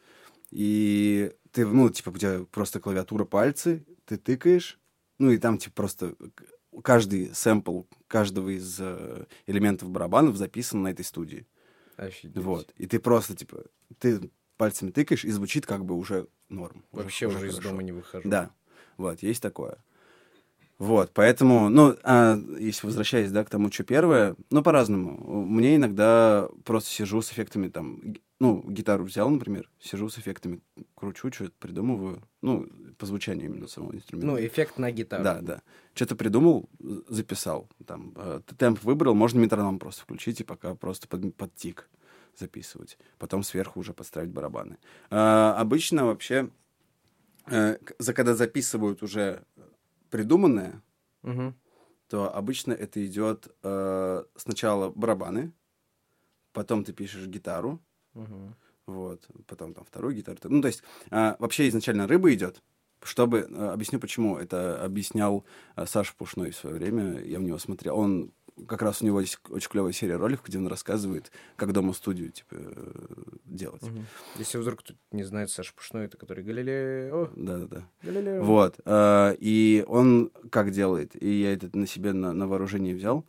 и ты, ну, типа, у тебя просто клавиатура, пальцы, ты тыкаешь, ну, и там, типа, просто каждый сэмпл каждого из э, элементов барабанов записан на этой студии. Офигеть. Вот. И ты просто, типа, ты пальцами тыкаешь, и звучит как бы уже норм. Вообще уже, уже из дома не выхожу. Да. Вот, есть такое. Вот, поэтому, ну, а если возвращаясь, да, к тому, что первое, ну, по-разному. Мне иногда просто сижу с эффектами, там, ну, гитару взял, например, сижу с эффектами, кручу, что-то придумываю, ну, по звучанию именно самого инструмента. Ну, эффект на гитару. Да, да. Что-то придумал, записал, там, темп выбрал, можно метроном просто включить, и пока просто под, под тик. записывать. Потом сверху уже подставить барабаны. А, обычно вообще, э, за когда записывают уже придуманное, угу. то обычно это идет э, сначала барабаны, потом ты пишешь гитару, угу. вот, потом там вторую гитару. Ну, то есть э, вообще изначально рыба идет, чтобы... Э, объясню, почему. Это объяснял э, Саша Пушной в свое время, я в него смотрел. Он... Как раз у него есть очень клевая серия роликов, где он рассказывает, как дома студию типа, делать. Угу. Если вдруг кто-то не знает, Саша Пушной, это который Галилео. Да-да-да. Галилео. Вот. И он как делает, и я это на себе на, на вооружение взял,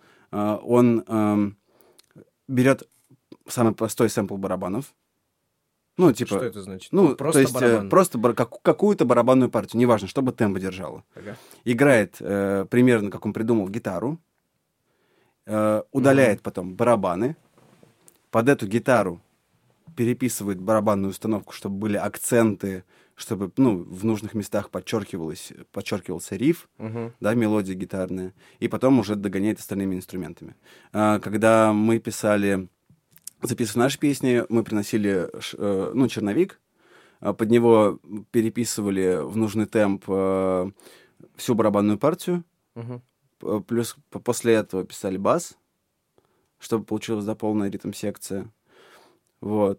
он берет самый простой сэмпл барабанов. Ну, типа... Что это значит? Ну, просто то есть барабан. просто бар- как, какую-то барабанную партию, неважно, чтобы темпо держало. Ага. Играет э, примерно, как он придумал, гитару. Удаляет mm-hmm. потом барабаны, под эту гитару переписывает барабанную установку, чтобы были акценты, чтобы ну, в нужных местах подчеркивалось, подчеркивался риф, mm-hmm. да, мелодия гитарная, и потом уже догоняет остальными инструментами. Когда мы писали, записывали наши песни, мы приносили ну, черновик, под него переписывали в нужный темп всю барабанную партию, mm-hmm. Плюс после этого писали бас, чтобы получилась да, полная ритм-секция. Вот.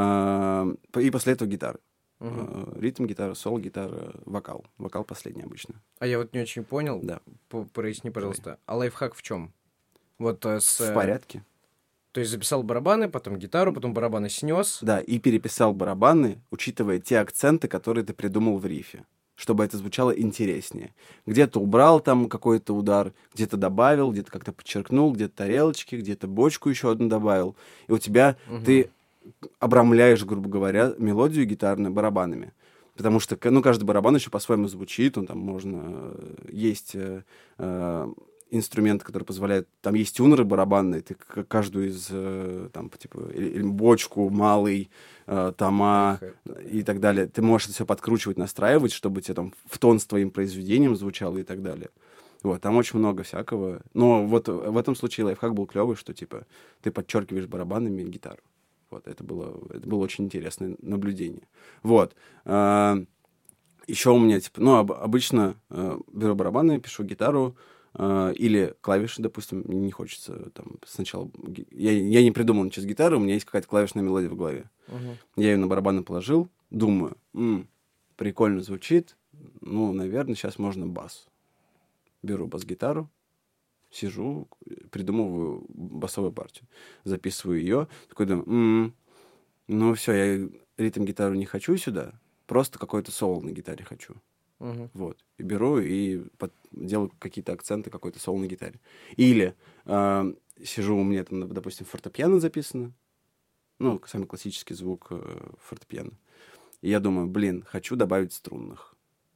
И после этого гитара. Uh-huh. Ритм, гитара, соло, гитара, вокал. Вокал последний обычно. А я вот не очень понял. Да. Проясни, пожалуйста. А лайфхак в чем? Вот с... В порядке. То есть записал барабаны, потом гитару, потом барабаны снес. Да, и переписал барабаны, учитывая те акценты, которые ты придумал в рифе, чтобы это звучало интереснее. Где-то убрал там какой-то удар, где-то добавил, где-то как-то подчеркнул, где-то тарелочки, где-то бочку еще одну добавил. И у тебя угу. ты обрамляешь, грубо говоря, мелодию гитарную барабанами. Потому что, ну, каждый барабан еще по-своему звучит, он там можно... Есть э, э, инструмент, который позволяет... Там есть тюнеры барабанные, ты каждую из, э, там, типа, или бочку, малый, э, тома okay. и так далее. Ты можешь это все подкручивать, настраивать, чтобы тебе там в тон с твоим произведением звучало и так далее. Вот, там очень много всякого. Но вот в этом случае лайфхак был клевый, что, типа, ты подчеркиваешь барабанами гитару. Вот, это было, это было очень интересное наблюдение. Вот. А, еще у меня, типа, ну, об, обычно а, беру барабаны, пишу гитару, а, или клавиши, допустим, мне не хочется там сначала... Я, я не придумал ничего с гитарой, у меня есть какая-то клавишная мелодия в голове. Uh-huh. Я ее на барабаны положил, думаю, м-м, прикольно звучит, ну, наверное, сейчас можно бас. Беру бас-гитару, сижу, придумываю басовую партию, записываю ее, такой думаю, м-м, ну все, я ритм-гитару не хочу сюда, просто какой-то соло на гитаре хочу. Uh-huh. Вот. И беру и под... делаю какие-то акценты, какой-то соло на гитаре. Или э, сижу, у меня там, допустим, фортепиано записано, ну, самый классический звук э, фортепиано. И я думаю, блин, хочу добавить струнных.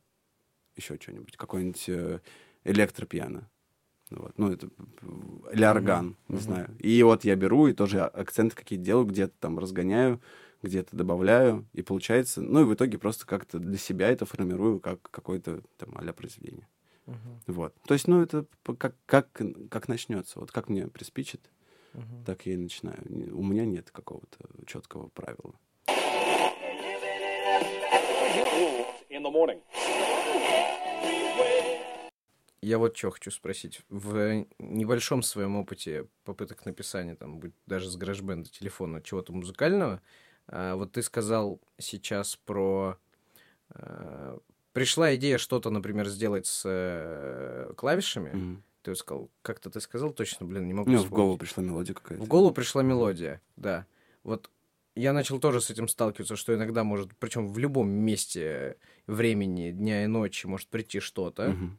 Еще что-нибудь, какой-нибудь э, электропиано. Вот. Ну, это или орган, uh-huh. не uh-huh. знаю. И вот я беру и тоже акценты какие-то делаю, где-то там разгоняю, где-то добавляю, и получается... Ну, и в итоге просто как-то для себя это формирую как какое-то там а-ля произведение. Uh-huh. Вот. То есть, ну, это как, как, как начнется. Вот как мне приспичит, uh-huh. так я и начинаю. У меня нет какого-то четкого правила. Я вот что хочу спросить. В небольшом своем опыте попыток написания, там, будь даже с гараж-бенда, телефона, чего-то музыкального, а, вот ты сказал сейчас про... А, пришла идея что-то, например, сделать с а, клавишами. Mm-hmm. Ты сказал, как-то ты сказал точно, блин, не могу Ну, вспомнить. в голову пришла мелодия какая-то. В голову пришла мелодия, да. Вот я начал тоже с этим сталкиваться, что иногда может, причем в любом месте, времени, дня и ночи может прийти что-то. Mm-hmm.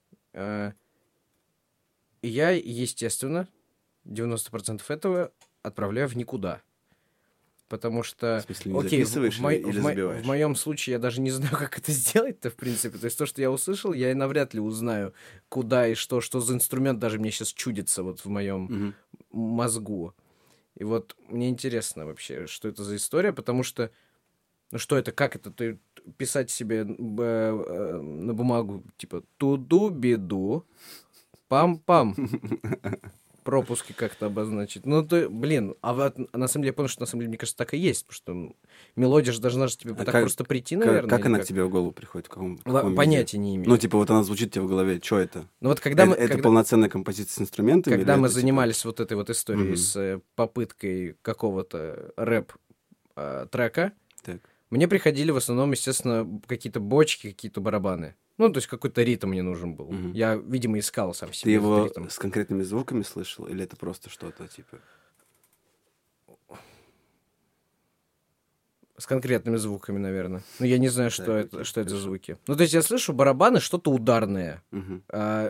И я, естественно, девяносто процентов этого отправляю в никуда. Потому что... В смысле, не окей, записываешь в, мо- или в, забиваешь? В моем случае я даже не знаю, как это сделать-то, в принципе. То есть то, что я услышал, я и навряд ли узнаю, куда и что, что за инструмент даже мне сейчас чудится вот в моем mm-hmm. мозгу. И вот мне интересно вообще, что это за история, потому что... Ну что это, как это? Ты писать себе э, э, на бумагу, типа, туду-биду, пам-пам. пропуски как-то обозначить. Ну, ты, блин, а вот, на самом деле, я понял, что на самом деле, мне кажется, так и есть, потому что мелодия же должна же тебе а так как, просто прийти, наверное. Как, как она как? к тебе в голову приходит? В каком, в каком Понятия не имею. Ну, типа, вот она звучит тебе в голове, что это? Ну, вот когда это, мы, это когда, полноценная композиция с инструментами? Когда мы это, занимались типа... вот этой вот историей mm-hmm. с попыткой какого-то рэп-трека, так. мне приходили в основном, естественно, какие-то бочки, какие-то барабаны. Ну, то есть какой-то ритм мне нужен был. Mm-hmm. Я, видимо, искал сам себе. Ты его ритм. С конкретными звуками слышал? Или это просто что-то, типа... С конкретными звуками, наверное. Ну, я не знаю, что, так, это, что это за звуки. Ну, то есть я слышу барабаны, что-то ударное. Mm-hmm. А,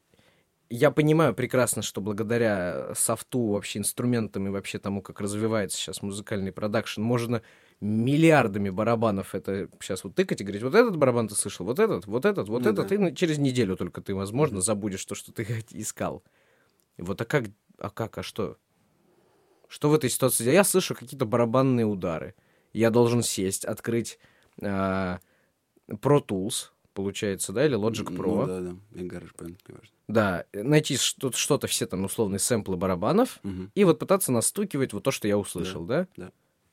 я понимаю прекрасно, что благодаря софту, вообще инструментам и вообще тому, как развивается сейчас музыкальный продакшн, можно миллиардами барабанов это сейчас вот тыкать и говорить, вот этот барабан ты слышал, вот этот, вот этот, вот ну, этот, да. И через неделю только ты, возможно, mm-hmm. забудешь то, что ты искал. И вот а как, а как, а что? Что в этой ситуации? Я слышу какие-то барабанные удары. Я должен сесть, открыть э, Pro Tools, получается, да, или Logic Pro. Ну, да, да, и GarageBand, неважно. Да, найти что-то, что-то, все там условные сэмплы барабанов, угу. и вот пытаться настукивать вот то, что я услышал, да? Да, да.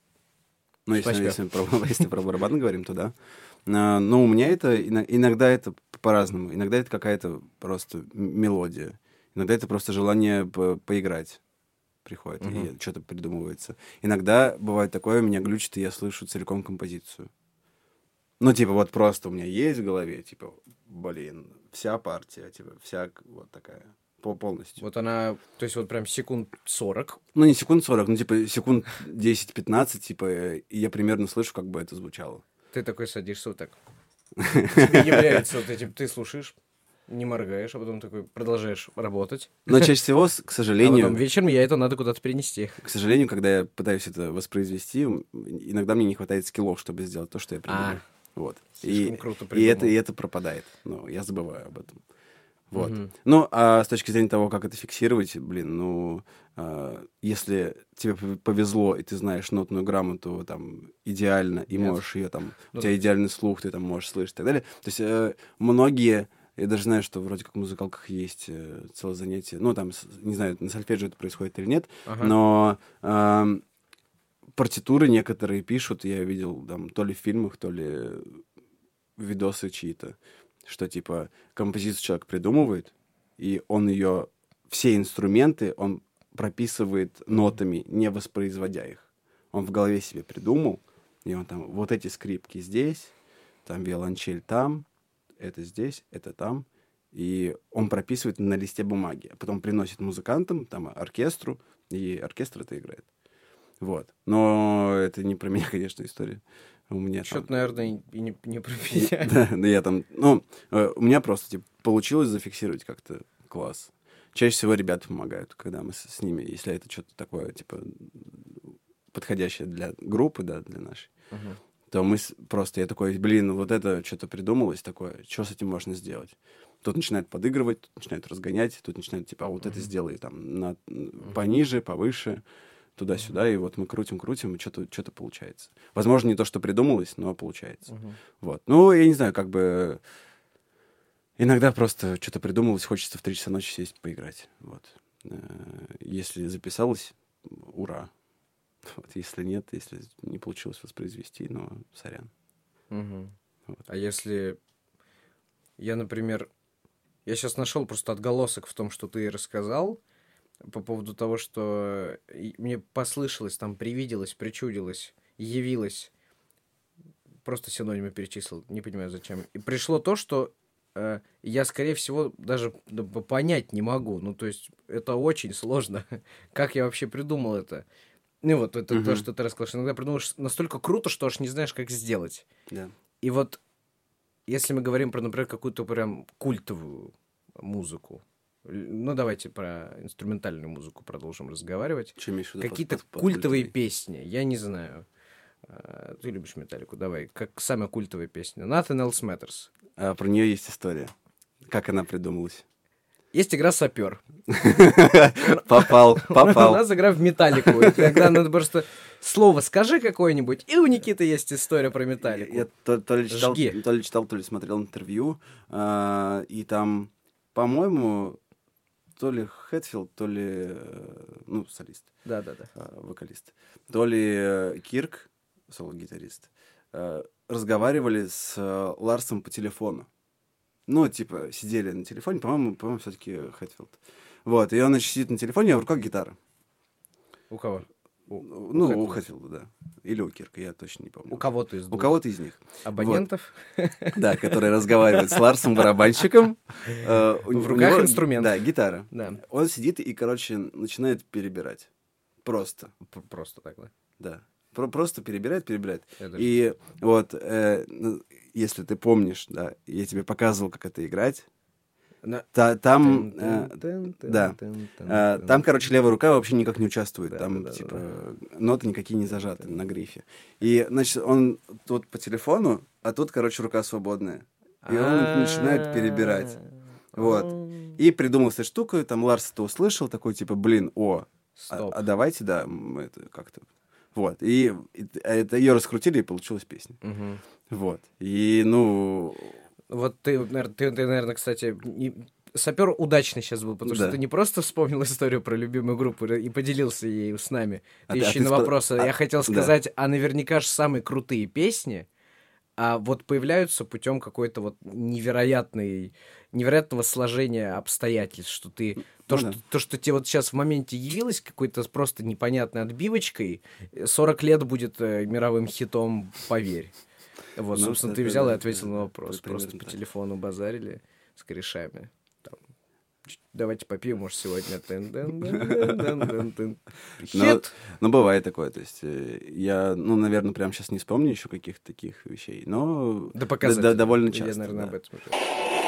Ну, если, если, про, если про барабаны говорим, то да. Но у меня это, иногда это по-разному. Иногда это какая-то просто мелодия. Иногда это просто желание по- поиграть приходит, uh-huh. и что-то придумывается. Иногда бывает такое, меня глючит, и я слышу целиком композицию. Ну, типа, вот просто у меня есть в голове, типа, блин, вся партия, типа, вся вот такая, по полностью. Вот она, то есть вот прям секунд сорок? Ну, не секунд сорок, ну, типа, секунд десять-пятнадцать, типа, и я примерно слышу, как бы это звучало. Ты такой садишься вот так. Тебе является вот этим, ты слушаешь, не моргаешь, а потом такой продолжаешь работать. Но чаще всего, к сожалению... А потом вечером я это надо куда-то перенести. К сожалению, когда я пытаюсь это воспроизвести, иногда мне не хватает скиллов, чтобы сделать то, что я придумал. А, вот. И, круто и, это, и это пропадает. Ну, я забываю об этом. Вот. Угу. Ну, а с точки зрения того, как это фиксировать, блин, ну, э, если тебе повезло, и ты знаешь нотную грамоту там идеально, и Нет. можешь ее там... Ну, у тебя идеальный слух, ты там можешь слышать и так далее. То есть э, многие... Я даже знаю, что вроде как в музыкалках есть э, целое занятие. Ну, там, не знаю, на сольфеджио это происходит или нет, ага. но э, партитуры некоторые пишут, я видел там то ли в фильмах, то ли видосы чьи-то, что, типа, композицию человек придумывает, и он ее, все инструменты он прописывает нотами, не воспроизводя их. Он в голове себе придумал, и он там, вот эти скрипки здесь, там виолончель там, это здесь, это там, и он прописывает на листе бумаги, а потом приносит музыкантам, там, оркестру, и оркестр это играет. Вот. Но это не про меня, конечно, история. У меня Что-то, там... наверное, и не, не про меня. Да, да, я там... Ну, у меня просто, типа, получилось зафиксировать как-то класс. Чаще всего ребята помогают, когда мы с, с ними, если это что-то такое, типа, подходящее для группы, да, для нашей, uh-huh. то мы просто, я такой, блин, вот это что-то придумалось такое, что с этим можно сделать? Тут начинают подыгрывать, тут начинают разгонять, тут начинают, типа, а вот uh-huh. это сделай там на, uh-huh. пониже, повыше, туда-сюда, uh-huh. и вот мы крутим-крутим, и что-то, что-то получается. Возможно, не то, что придумалось, но получается. Uh-huh. Вот. Ну, я не знаю, как бы... Иногда просто что-то придумалось, хочется в три часа ночи сесть поиграть. Вот. Если записалось, ура. Вот. Если нет, если не получилось воспроизвести, ну, сорян. Uh-huh. Вот. А если... Я, например... Я сейчас нашел просто отголосок в том, что ты рассказал, по поводу того, что мне послышалось, там, привиделось, причудилось, явилось. Просто синонимы перечислил, не понимаю, зачем. И пришло то, что э, я, скорее всего, даже да, понять не могу. Ну, то есть, это очень сложно. Как я вообще придумал это? Ну, вот это uh-huh. то, что ты рассказал, что иногда придумаешь настолько круто, что аж не знаешь, как сделать. Yeah. И вот, если мы говорим про, например, какую-то прям культовую музыку, ну, давайте про инструментальную музыку продолжим разговаривать. Какие-то под, под культовые культовой? Песни, я не знаю. Ты любишь Металлику, давай. Как самая культовая песня. Nothing Else Matters. А, про нее есть история. Как она придумалась? Есть игра «Сапер». Попал, попал. У нас игра в Металлику. И когда надо просто слово скажи какое-нибудь, и у Никиты есть история про Металлику. Я то ли читал, то ли смотрел интервью, и там, по-моему... то ли Хэтфилд, то ли, ну, солист. Да-да-да. Вокалист. То ли Кирк, соло-гитарист, разговаривали с Ларсом по телефону. Ну, типа, сидели на телефоне, по-моему, по-моему, все-таки Хэтфилд. Вот, и он, значит, сидит на телефоне, а в руках гитара. У кого? У, ну, у Хэтфилда, да. Или у Кирка, я точно не помню. У кого-то из двух. У кого-то из них. Абонентов? Вот. Да, которые разговаривают с Ларсом, барабанщиком. В руках инструмент. Да, гитара. Да. Он сидит и, короче, начинает перебирать. Просто. Просто так, да? Да. Просто перебирает, перебирает. И вот, если ты помнишь, да, я тебе показывал, как это играть. На... Та, там, э, да, э, там, короче, левая рука вообще никак не участвует, да, там, да, типа, да. ноты никакие не зажаты да. на грифе. И, значит, он тут по телефону, а тут, короче, рука свободная. И он начинает перебирать. Вот. И придумал эту штуку, там Ларс это услышал, такой, типа, блин, о, а, а давайте, да, мы это как-то... Вот. И, и это ее раскрутили, и получилась песня. Угу. Вот. И, ну... Вот ты, наверное, ты, ты, наверное, кстати, не... сапер удачный сейчас был, потому да. что ты не просто вспомнил историю про любимую группу и поделился ей с нами. Ты а еще ты, и на вопросы. А, я хотел сказать, да. а наверняка же самые крутые песни, а вот появляются путем какой-то вот невероятной, невероятного сложения обстоятельств, что ты... То, ну, что, да. то, что тебе вот сейчас в моменте явилось какой-то просто непонятной отбивочкой, сорок лет будет э, мировым хитом, поверь. Вот, ну, собственно, ты взял да, и ответил да, на вопрос. Да, просто по так. телефону базарили с корешами. Там, давайте попьем, может, сегодня. Хит! Ну, бывает такое. То есть, я, ну, наверное, прямо сейчас не вспомню еще каких-то таких вещей, но да показать. Да, довольно часто. Я, наверное, да. об этом уже.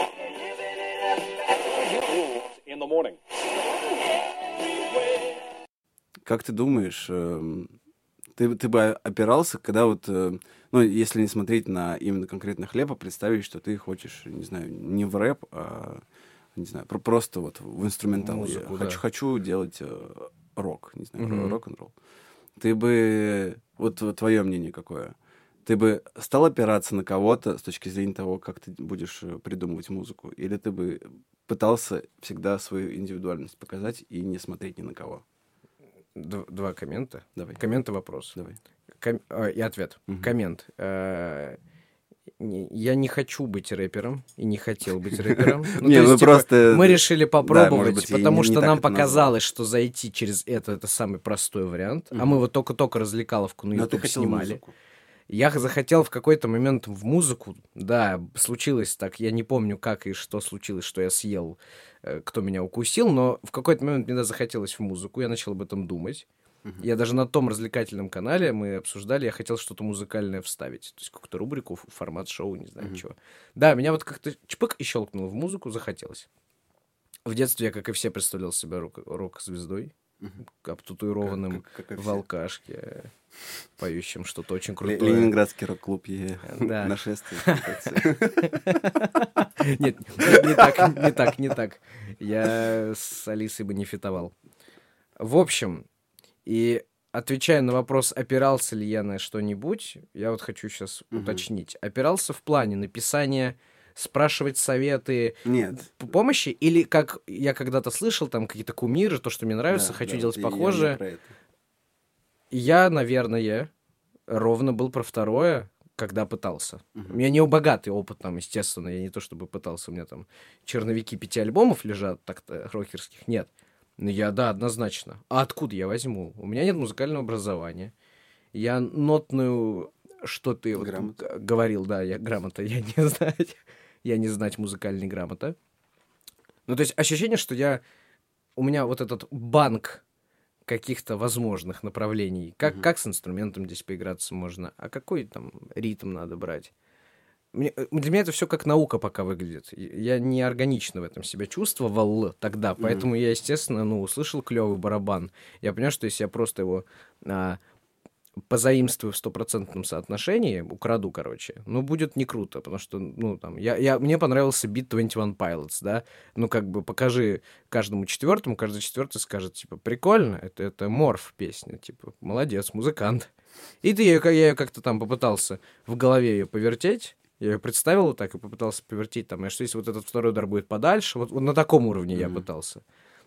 Как ты думаешь, ты, ты бы опирался, когда вот, ну, если не смотреть на именно конкретно хлеб, а представить, что ты хочешь, не знаю, не в рэп, а, не знаю, просто вот в инструментал. Музыку, Я да. хочу, хочу делать рок, не знаю, mm-hmm. рок-н-ролл. Ты бы, вот твое мнение какое? Ты бы стал опираться на кого-то с точки зрения того, как ты будешь придумывать музыку? Или ты бы пытался всегда свою индивидуальность показать и не смотреть ни на кого? Д- два коммента. Давай. Коммент и вопрос. Давай. Ком... э, и ответ. Угу. Коммент. Э, я не хочу быть рэпером и не хотел быть рэпером. Ну, не, то есть, ну, типа, просто... мы решили попробовать, да, быть, потому не, что не нам показалось, что зайти через это — это самый простой вариант. Угу. А мы вот только-только развлекаловку на YouTube снимали. Музыку. Я захотел в какой-то момент в музыку. Да, случилось так. Я не помню, как и что случилось, что я съел, кто меня укусил, но в какой-то момент мне захотелось в музыку. Я начал об этом думать. Uh-huh. Я даже на том развлекательном канале мы обсуждали, я хотел что-то музыкальное вставить. То есть какую-то рубрику, формат шоу, не знаю uh-huh. чего. Да, меня вот как-то чпык и щелкнуло в музыку, захотелось. В детстве я, как и все, представлял себя рок- рок-звездой. Uh-huh. Обтатуированным как, как, как в алкашке, поющим что-то очень крутое. Ленинградский рок-клуб е... да. Нашествие. Нет, не так, не так, не так. Я с Алисой бы не фитовал. В общем, и отвечая на вопрос, опирался ли я на что-нибудь, я вот хочу сейчас уточнить. Опирался в плане написания, спрашивать советы, нет. помощи, или как я когда-то слышал, там какие-то кумиры, то, что мне нравится, да, хочу да, делать похожее. Я, я, наверное, ровно был про второе, когда пытался. Uh-huh. У меня не богатый опыт там, естественно, я не то чтобы пытался, у меня там черновики пяти альбомов лежат, так-то рокерских, нет. Но я, да, однозначно. А откуда я возьму? У меня нет музыкального образования. Я нотную, что ты вот говорил, да, я грамота, я не знать. Я не знать музыкальной грамоты. Ну, то есть ощущение, что я... У меня вот этот банк каких-то возможных направлений. Как, uh-huh. как с инструментом здесь поиграться можно? А какой там ритм надо брать? Мне, для меня это все как наука пока выглядит. Я не органично в этом себя чувствовал тогда, поэтому mm-hmm. я, естественно, ну, услышал клевый барабан. Я понял, что если я просто его а, позаимствую в стопроцентном соотношении, украду, короче, ну, будет не круто, потому что, ну, там, я, я, мне понравился бит двадцать один Pilots, да, ну, как бы покажи каждому четвертому, каждый четвертый скажет, типа, прикольно, это, это Морф песня, типа, молодец, музыкант. И ты, я, я ее как-то там попытался в голове ее повертеть. Я ее представил вот так и попытался повертеть там, а что если вот этот второй удар будет подальше? Вот, вот на таком уровне mm-hmm. я пытался.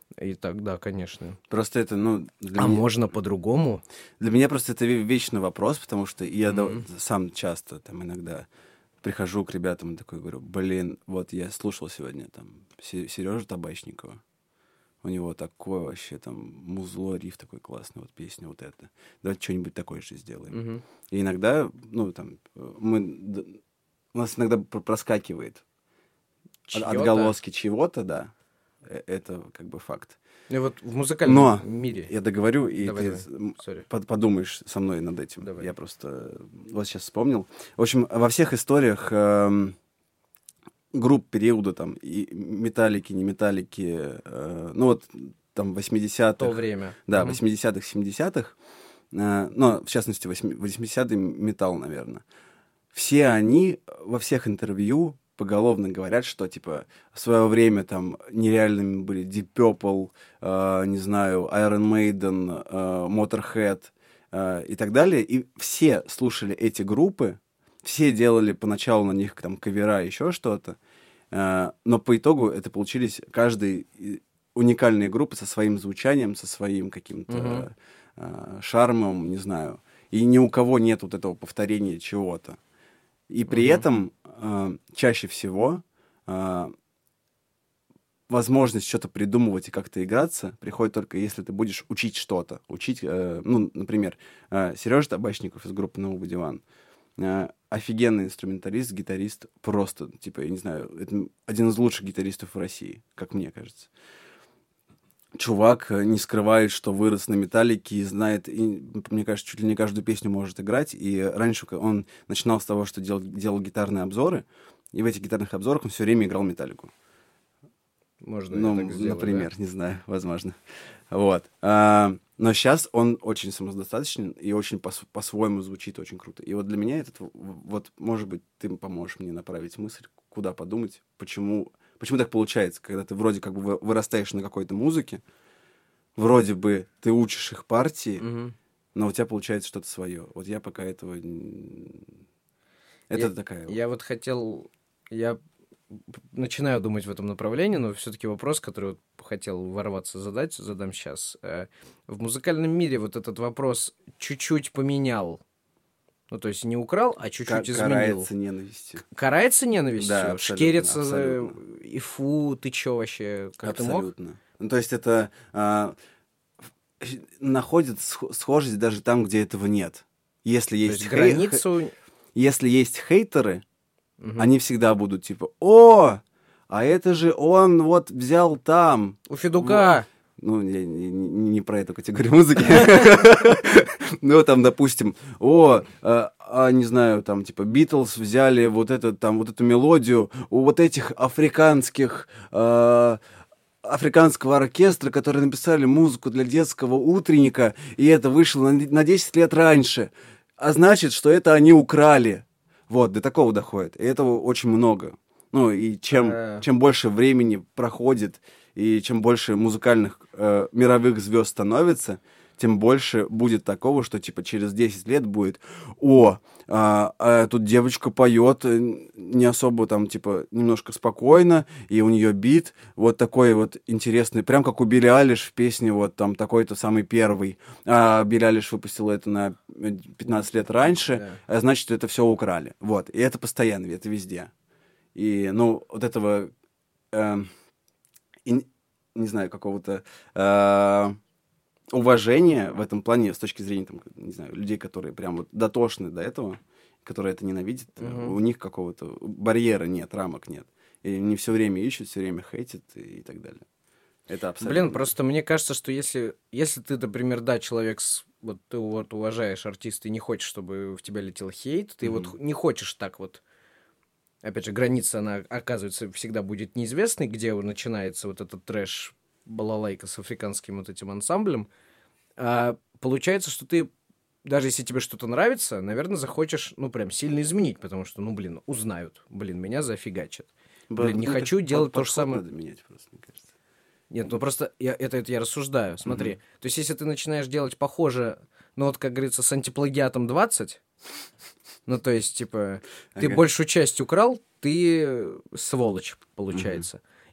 И так, да, конечно. Просто это, ну... Для а меня... можно по-другому? Для меня просто это вечный вопрос, потому что я mm-hmm. да, сам часто там иногда прихожу к ребятам и такой говорю, блин, вот я слушал сегодня там Сережу Табачникова. У него такое вообще там музло, риф такой классный, вот песня вот эта. Давайте что-нибудь такое же сделаем. Mm-hmm. И иногда, ну, там, мы... У нас иногда проскакивает чьё-то? Отголоски чего-то, да. Это как бы факт. И вот в музыкальном Но мире. Я договорю, и давай, ты давай. Под, подумаешь со мной над этим. Давай. Я просто вот сейчас вспомнил. В общем, во всех историях э, групп периода там и металлики, не металлики, э, ну вот там восьмидесятых. То время. Да, угу. восьмидесятых, семидесятых. Э, но в частности восьмидесятый металл, наверное. Все они во всех интервью поголовно говорят, что, типа, в свое время там нереальными были Deep Purple, э, не знаю, Iron Maiden, э, Motorhead э, и так далее. И все слушали эти группы, все делали поначалу на них там кавера, еще что-то, э, но по итогу это получились каждый уникальные группы со своим звучанием, со своим каким-то uh-huh. э, шармом, не знаю. И ни у кого нет вот этого повторения чего-то. И при uh-huh. этом э, чаще всего э, возможность что-то придумывать и как-то играться приходит только если ты будешь учить что-то. Учить, э, ну, например, э, Сережа Табачников из группы Nobody One. Э, офигенный инструменталист, гитарист, просто, типа, я не знаю, это один из лучших гитаристов в России, как мне кажется. Чувак не скрывает, что вырос на металлике и знает, и, мне кажется, чуть ли не каждую песню может играть. И раньше он начинал с того, что делал, делал гитарные обзоры, и в этих гитарных обзорах он все время играл металлику. Можно ну, так сделать, например, да? Не знаю, возможно. Вот. А, но сейчас он очень самодостаточен и очень по- по-своему звучит очень круто. И вот для меня этот, вот, может быть, ты поможешь мне направить мысль, куда подумать, почему... Почему так получается, когда ты вроде как бы вырастаешь на какой-то музыке, вроде бы ты учишь их партии, угу. но у тебя получается что-то свое. Вот я пока этого... Это я, такая... Я вот хотел... Я начинаю думать в этом направлении, но все-таки вопрос, который вот хотел ворваться задать, задам сейчас. В музыкальном мире вот этот вопрос чуть-чуть поменял. Ну, то есть не украл, а чуть-чуть К- изменил. Карается ненавистью. Карается ненавистью? Да, абсолютно, Шкерится абсолютно. И фу, ты чё вообще? Как абсолютно. ты мог? Ну, то есть это а, находит схожесть даже там, где этого нет. Если есть, есть хей... границу... Если есть хейтеры, угу. они всегда будут типа: о, а это же он вот взял там. У Федука. Ну, я не, не про эту категорию музыки. Ну, там, допустим, о, а, не знаю, там, типа, Битлз взяли вот это, там, вот эту мелодию у вот этих африканских, африканского оркестра, которые написали музыку для детского утренника, и это вышло на десять лет раньше. А значит, что это они украли. Вот, до такого доходит. И этого очень много. Ну, и чем, А-а-а. чем больше времени проходит, и чем больше музыкальных э, мировых звезд становится, тем больше будет такого, что типа через десять лет будет: о, а, а тут девочка поет не особо там, типа, немножко спокойно, и у нее бит вот такой вот интересный, прям как у Билли Айлиш в песне вот там такой-то самый первый. А Билли Айлиш выпустила это на пятнадцать лет раньше, yeah. а значит, это все украли. Вот, и это постоянно, это везде. И, ну, вот этого, э, и, не знаю, какого-то э, уважения в этом плане с точки зрения, там, не знаю, людей, которые прям вот дотошны до этого, которые это ненавидят, uh-huh. у них какого-то барьера нет, рамок нет. И они все время ищут, все время хейтят и, и так далее. Это абсолютно... Блин, просто мне кажется, что если, если ты, например, да, человек, с, вот ты вот уважаешь артиста и не хочешь, чтобы в тебя летел хейт, ты uh-huh. вот не хочешь так вот. Опять же, граница, она, оказывается, всегда будет неизвестной, где начинается вот этот трэш балалайка с африканским вот этим ансамблем. А получается, что ты, даже если тебе что-то нравится, наверное, захочешь, ну, прям сильно изменить, потому что, ну, блин, узнают. Блин, меня зафигачат. Блин, не ну, хочу делать то же самое. Надо менять просто, мне кажется. Нет, ну просто я, это, это я рассуждаю. Смотри, mm-hmm. то есть если ты начинаешь делать похоже, ну, вот, как говорится, с антиплагиатом двадцать... Ну, то есть, типа, ты ага. большую часть украл, ты сволочь, получается. Uh-huh.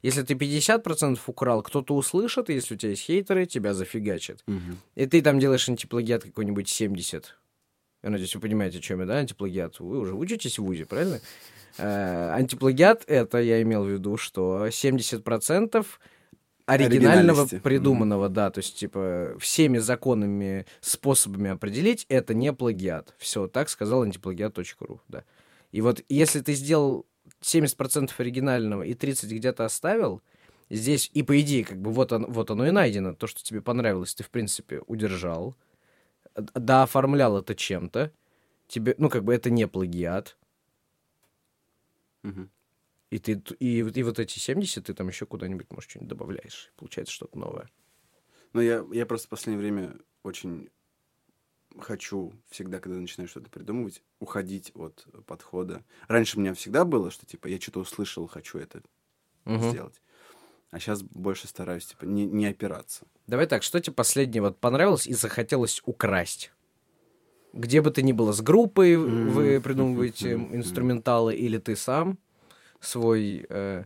Если ты пятьдесят процентов украл, кто-то услышит, и если у тебя есть хейтеры, тебя зафигачат. Угу. И ты там делаешь антиплагиат какой-нибудь семьдесят. Я надеюсь, вы понимаете, о чем я, да, антиплагиат? Вы уже учитесь в ВУЗе, правильно? Э, антиплагиат — это, я имел в виду, что семьдесят процентов оригинального придуманного, mm-hmm. да, то есть, типа, всеми законными способами определить, это не плагиат. Все, так сказал антиплагиат точка ру, да. И вот если ты сделал семьдесят процентов оригинального и тридцать процентов где-то оставил, здесь, и по идее, как бы, вот, он, вот оно и найдено, то, что тебе понравилось, ты, в принципе, удержал, да, оформлял это чем-то, тебе, ну, как бы, это не плагиат. Mm-hmm. И, ты, и, и вот эти семьдесят ты там еще куда-нибудь, может, что-нибудь добавляешь. Получается что-то новое. Ну, я, я просто в последнее время очень хочу всегда, когда начинаю что-то придумывать, уходить от подхода. Раньше у меня всегда было, что, типа, я что-то услышал, хочу это uh-huh. сделать. А сейчас больше стараюсь, типа, не, не опираться. Давай так, что тебе последнее вот понравилось и захотелось украсть? Где бы ты ни было, с группой mm-hmm. вы придумываете mm-hmm. инструменталы, или ты сам свой э,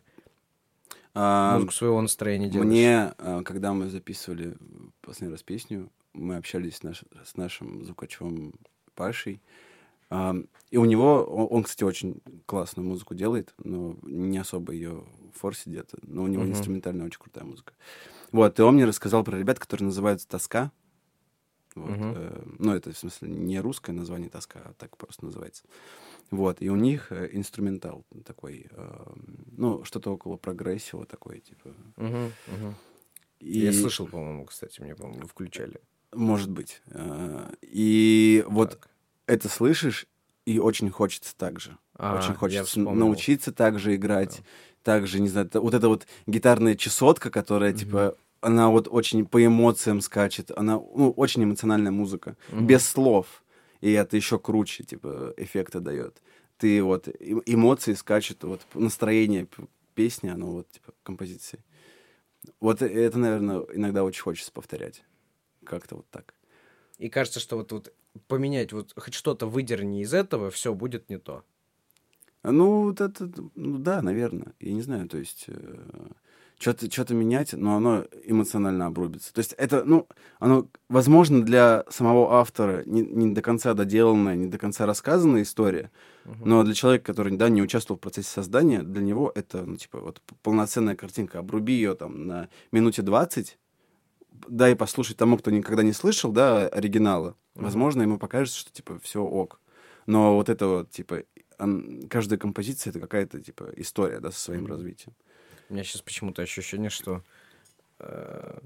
а, музыку своего настроения делаешь? Мне, когда мы записывали последний раз песню, мы общались с, наш, с нашим звукачом Пашей, а, и у него, он, он, кстати, очень классную музыку делает, но не особо ее форсит где-то, но у него uh-huh. инструментальная очень крутая музыка. Вот, и он мне рассказал про ребят, которые называются «Тоска». Вот, uh-huh. э, ну, это, в смысле, не русское название «Тоска», а так просто называется. Вот, и у них э, инструментал такой, э, ну, что-то около прогрессива такой, типа. Uh-huh, uh-huh. И... Я слышал, по-моему, кстати, мне, по-моему, включали. Может быть. Э, и вот так. Это слышишь, и очень хочется так же. А, очень хочется научиться так же играть, да. так же, не знаю, вот эта вот гитарная чесотка, которая, uh-huh. типа, она вот очень по эмоциям скачет, она, ну, очень эмоциональная музыка, uh-huh. без слов. И это еще круче, типа, эффекта дает. Ты вот, эмоции скачут, вот, настроение песни, оно вот, типа, композиции. Вот это, наверное, иногда очень хочется повторять. Как-то вот так. И кажется, что вот, вот поменять, вот хоть что-то выдерни из этого, все будет не то. Ну, вот это, ну да, наверное. Я не знаю, то есть... Э, что-то, что-то менять, но оно эмоционально обрубится. То есть это, ну, оно, возможно, для самого автора не, не до конца доделанная, не до конца рассказанная история, uh-huh. но для человека, который, да, не участвовал в процессе создания, для него это, ну, типа, вот полноценная картинка. Обруби ее там на минуте двадцать, дай послушать тому, кто никогда не слышал, да, оригинала. Uh-huh. Возможно, ему покажется, что, типа, все ок. Но вот это вот, типа, он, каждая композиция — это какая-то, типа, история, да, со своим uh-huh. развитием. У меня сейчас почему-то ощущение, что э,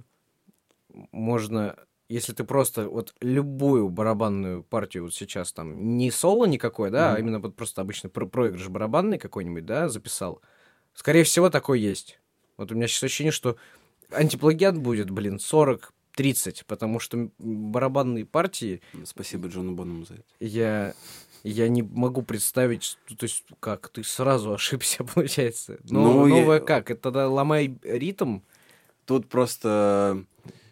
можно, если ты просто вот любую барабанную партию вот сейчас там, не соло никакой, да, mm-hmm. а именно вот просто обычный про- проигрыш барабанный какой-нибудь, да, записал, скорее всего, такой есть. Вот у меня сейчас ощущение, что антиплагиат будет, блин, сорок-тридцать, потому что барабанные партии... Спасибо Джону Бонному за это. Я... Я не могу представить, то есть как, ты сразу ошибся, получается. Но ну, новое я... как? Это тогда ломай ритм? Тут просто...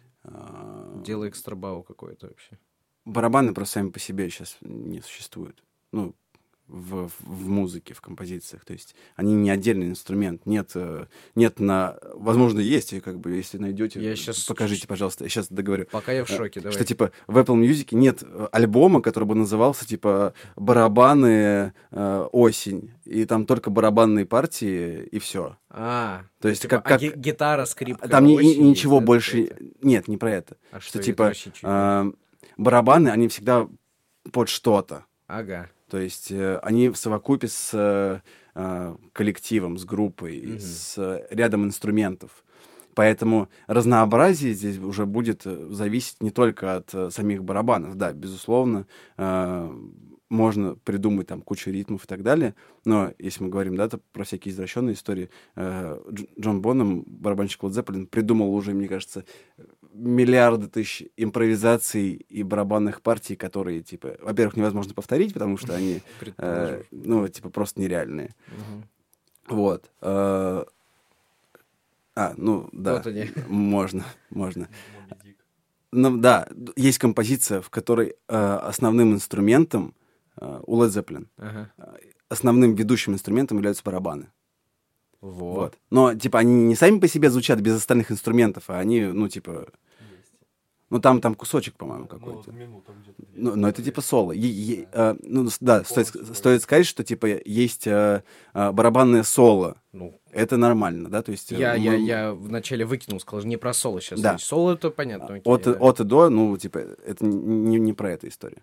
Дело экстрабау какое-то вообще. Барабаны просто сами по себе сейчас не существуют. Ну, в, в музыке, в композициях. То есть они не отдельный инструмент. Нет, нет на... Возможно, есть, и как бы, если найдете, я сейчас... покажите, пожалуйста. Я сейчас договорю. Пока я в шоке, давай. Что, типа, в Apple Music нет альбома, который бы назывался, типа, «Барабаны э, осень». И там только барабанные партии, и все. А, то есть типа, как, как... А гитара, скрипка, там осень, ни, ничего больше... Это? Нет, не про это. А что, что типа, э, барабаны, они всегда под что-то. Ага. То есть э, они в совокупе с э, коллективом, с группой, mm-hmm. с рядом инструментов. Поэтому разнообразие здесь уже будет зависеть не только от э, самих барабанов. Да, безусловно, э, можно придумать там кучу ритмов и так далее, но если мы говорим, да, про всякие извращенные истории, э, Джон Боннам, барабанщик Led Zeppelin, придумал уже, мне кажется, миллиарды тысяч импровизаций и барабанных партий, которые, типа, во-первых, невозможно повторить, потому что они, э, ну, типа, просто нереальные. Uh-huh. Вот. Э, а, ну, да, вот они. можно, можно. Ну, да, есть композиция, в которой э, основным инструментом э, у Led Zeppelin, uh-huh. основным ведущим инструментом являются барабаны. Вот. вот. Но, типа, они не сами по себе звучат без остальных инструментов, а они, ну, типа... Ну, там, там кусочек, по-моему, какой-то. Ну, но это типа соло. Е- е- э, ну, да, стоит, стоит сказать, что типа есть э, э, барабанное соло. Ну, это нормально, да? То есть, я, мы... я, я вначале выкинул, сказал, не про соло сейчас. Да. Соло это понятно. Окей, от, да. от и до, ну, типа, это не, не про эту историю.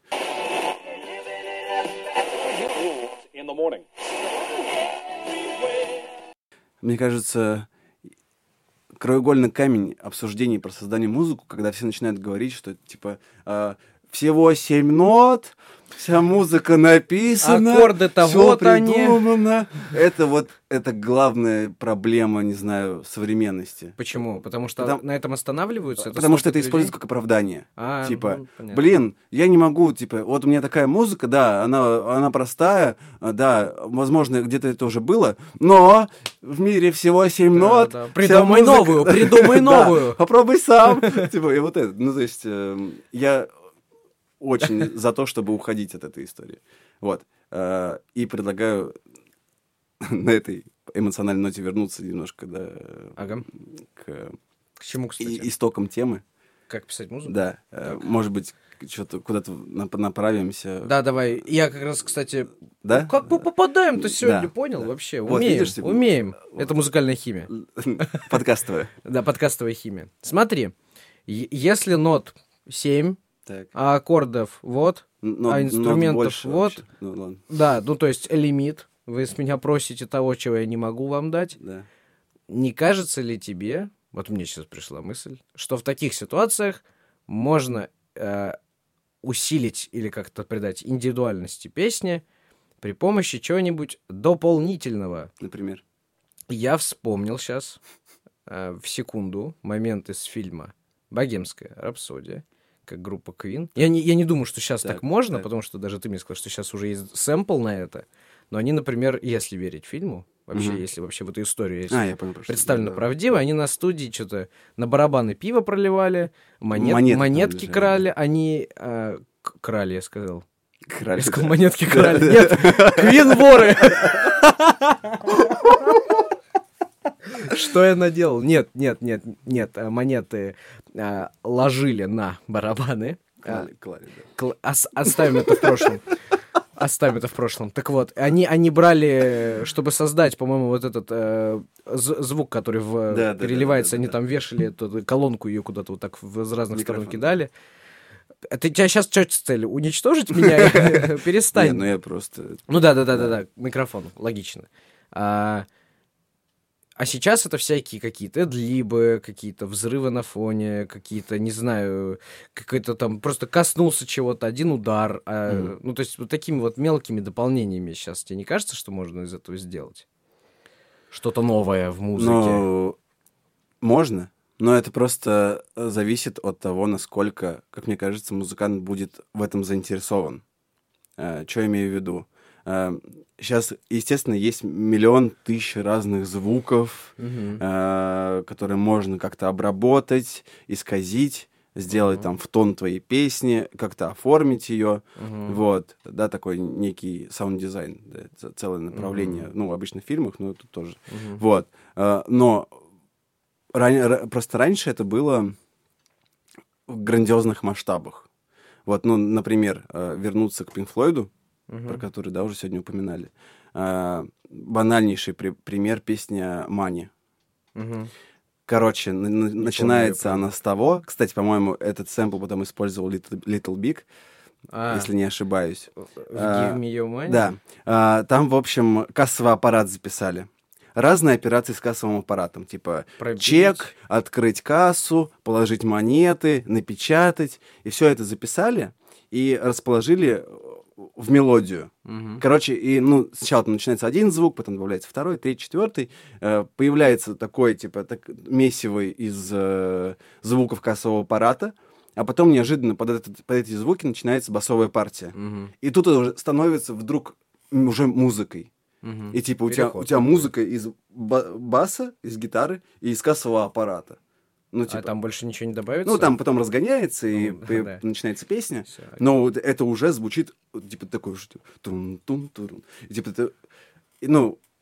Мне кажется... краеугольный камень обсуждений про создание музыки, когда все начинают говорить, что, типа, э, всего семь нот, вся музыка написана, аккорды-то всё вот придумано. Они. Это вот, это главная проблема, не знаю, современности. Почему? Потому что Потому, на этом останавливаются? Это потому что это людей? используется как оправдание. А, типа, ну, блин, я не могу, типа, вот у меня такая музыка, да, она, она простая, да, возможно, где-то это уже было, но в мире всего семь да, нот. Да. Придумай музыка... новую, придумай новую. Попробуй сам. Типа, и вот это. Ну, то есть, я очень за то, чтобы уходить от этой истории. Вот. И предлагаю на этой эмоциональной ноте вернуться немножко да, ага. к, к чему, кстати? истокам темы. Как писать музыку? Да. Так. Может быть, что-то куда-то направимся. Да, давай. Я как раз, кстати... Да? Ну, как мы попадаем-то сегодня, да, понял? Да. Вообще, вот, умеем, видишь, умеем. Вот. Это музыкальная химия. Подкастовая. Да, подкастовая химия. Смотри, если нот семь, так. а аккордов вот, но, а инструментов вот, ну, да, ну то есть лимит, вы с меня просите того, чего я не могу вам дать. Да. Не кажется ли тебе, вот мне сейчас пришла мысль, что в таких ситуациях можно э, усилить или как-то придать индивидуальности песне при помощи чего-нибудь дополнительного? Например? Я вспомнил сейчас э, в секунду момент из фильма «Богемская рапсодия», как группа Queen. Я не, я не думаю, что сейчас так, так можно, так. потому что даже ты мне сказал, что сейчас уже есть сэмпл на это. Но они, например, если верить фильму, вообще, mm-hmm. если вообще в эту историю если а, я понял, представлено да, правдиво, да. они на студии что-то на барабаны пиво проливали, монет, монетки, монетки крали, они... Э, крали, я сказал. Крали, я сказал, да. монетки крали. Да, Нет, Queen-воры! Что я наделал? Нет, нет, нет, нет, монеты а, ложили на барабаны. Клали, клали, да. Кл- ос- оставим это в прошлом. Оставим это в прошлом. Так вот, они, они брали, чтобы создать, по-моему, вот этот э, з- звук, который в, да, переливается, да, да, да, они да. там вешали эту колонку, ее куда-то вот так в, из разных Микрофон. сторон кидали. Это тебя сейчас что цель? Уничтожить меня? Перестань. Ну я просто... Ну да-да-да-да, микрофон, логично. А сейчас это всякие какие-то эдлибы, какие-то взрывы на фоне, какие-то, не знаю, какой-то там просто коснулся чего-то, один удар. А, mm. Ну, то есть вот такими вот мелкими дополнениями сейчас тебе не кажется, что можно из этого сделать? Что-то новое в музыке? Ну, можно, но это просто зависит от того, насколько, как мне кажется, музыкант будет в этом заинтересован. Что я имею в виду? Сейчас, естественно, есть миллион тысяч разных звуков, uh-huh. э, которые можно как-то обработать, исказить, сделать uh-huh. там в тон твоей песни, как-то оформить ее. Uh-huh. Вот, да, такой некий саунд-дизайн, да, целое направление, uh-huh. ну, обычно в фильмах, но тут тоже. Uh-huh. Вот, э, но ран- просто раньше это было в грандиозных масштабах. Вот, ну, например, э, вернуться к Pink Floyd, Uh-huh. про который, да, уже сегодня упоминали. А, банальнейший при- пример песня «Money». Uh-huh. Короче, на- на- начинается помню, она с того... Кстати, по-моему, этот сэмпл потом использовал Little, Little Big, а, если не ошибаюсь. В Give Me Your Money? Да. А, там, в общем, кассовый аппарат записали. Разные операции с кассовым аппаратом. Типа Пробить. чек, открыть кассу, положить монеты, напечатать. И все это записали и расположили... в мелодию. Uh-huh. Короче, и, ну, сначала там начинается один звук, потом добавляется второй, третий, четвертый. Э, появляется такой, типа, так, месиво из э, звуков кассового аппарата, а потом неожиданно под, этот, под эти звуки начинается басовая партия. Uh-huh. И тут это уже становится вдруг уже музыкой. Uh-huh. И, типа, у тебя, у тебя музыка из ба- баса, из гитары и из кассового аппарата. Ну, типа, а там больше ничего не добавится? Ну, там потом разгоняется, и ну, и да. начинается песня. Всё, но вот это уже звучит, типа, такой уже... Тун-тун-тун. Типа, это, ну,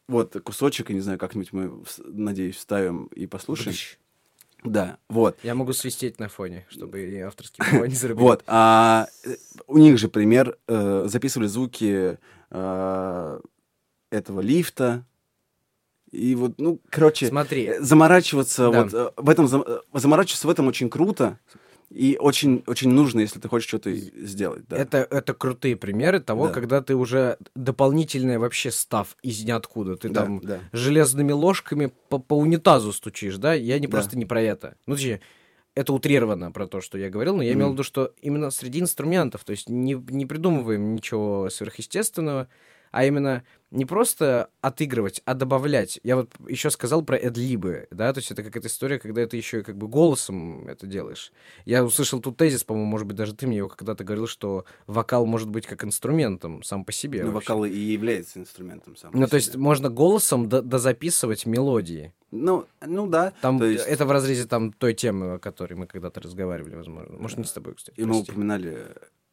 вот кусочек, я не знаю, как-нибудь мы, надеюсь, вставим и послушаем. Да, вот. Я могу свистеть на фоне, чтобы и авторские права не зарубили. Вот, а у них же пример, э, записывали звуки э, этого лифта, и вот, ну, короче, Смотри. заморачиваться Да. вот в этом, заморачиваться в этом очень круто, и очень, очень нужно, если ты хочешь что-то сделать. Да. Это, это крутые примеры того, да. когда ты уже дополнительный вообще став из ниоткуда. Ты да, там да. железными ложками по, по унитазу стучишь, да? Я не да. просто не про это. Ну, точнее, это утрированно про то, что я говорил, но я mm. имел в виду, что именно среди инструментов, то есть не, не придумываем ничего сверхъестественного, а именно не просто отыгрывать, а добавлять. Я вот еще сказал про эдлибы, да, то есть это какая-то история, когда ты еще и как бы голосом это делаешь. Я услышал тут тезис, по-моему, может быть, даже ты мне его когда-то говорил, что вокал может быть как инструментом сам по себе. Ну, вокал и является инструментом сам по Ну, себе. то есть можно голосом д- дозаписывать мелодии. Ну, ну да. Там, то есть... Это в разрезе там, той темы, о которой мы когда-то разговаривали, возможно. Может, не с тобой, кстати. И мы упоминали...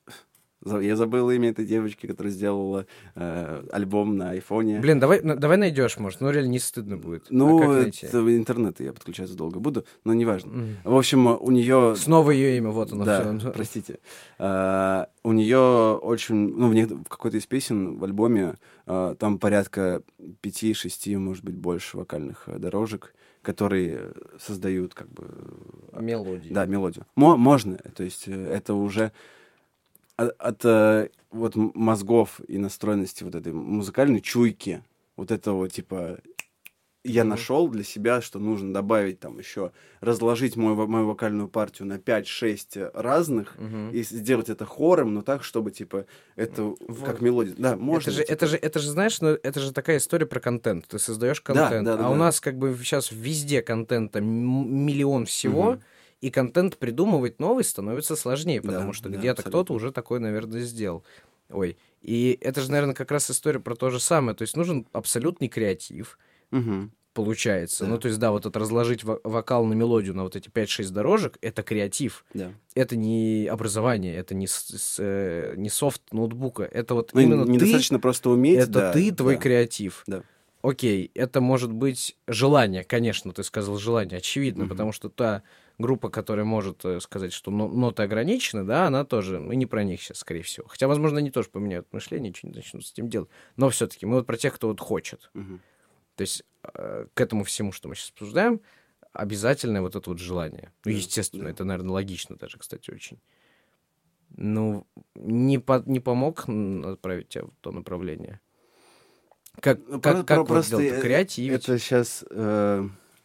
Я забыл имя этой девочки, которая сделала э, альбом на айфоне. Блин, давай, давай найдешь, может, ну реально не стыдно будет. Ну, а это в интернет я подключаться долго буду, но неважно. Mm. В общем, у нее... Снова ее имя, вот оно. Да, все. Простите. Uh, у нее очень... Ну, в, не... в какой-то из песен в альбоме uh, там порядка пяти-шести, может быть, больше вокальных дорожек, которые создают как бы... Мелодию. Да, мелодию. Мо- можно, то есть это уже... От, от э, вот мозгов и настроенности вот этой музыкальной чуйки, вот этого типа я mm-hmm. нашел для себя, что нужно добавить там еще, разложить мою, мою вокальную партию на пять-шесть разных mm-hmm. и сделать это хором, но так, чтобы типа это вот. Как мелодия. Да, можно. Это же, типа... это же, это же, знаешь, ну, это же такая история про контент. Ты создаешь контент, да, да, да, а да. у нас как бы сейчас везде контента м- миллион всего. Mm-hmm. И контент придумывать новый становится сложнее, потому да, что да, где-то абсолютно. Кто-то уже такой, наверное, сделал. Ой, и это же, наверное, как раз история про то же самое. То есть нужен абсолютный креатив, угу. получается. Да. Ну, то есть, да, вот это разложить вокал на мелодию на вот эти пять-шесть дорожек, это креатив. Да. Это не образование, это не, с, с, не софт ноутбука. Это вот ну, именно недостаточно ты, просто уметь. Это да, ты, твой да. креатив. Да. Окей, это может быть желание, конечно, ты сказал желание, очевидно, угу. потому что та группа, которая может сказать, что ноты ограничены, да, она тоже, мы не про них сейчас, скорее всего. Хотя, возможно, они тоже поменяют мышление, что-нибудь начнут с этим делать. Но все-таки мы вот про тех, кто вот хочет. Угу. То есть э, к этому всему, что мы сейчас обсуждаем, обязательное вот это вот желание. Ну, естественно, да. это, наверное, логично даже, кстати, очень. Ну, не, по, не помог отправить тебя в то направление? Как, ну, как, про, как про, просто вот креативить? Это сейчас... Э,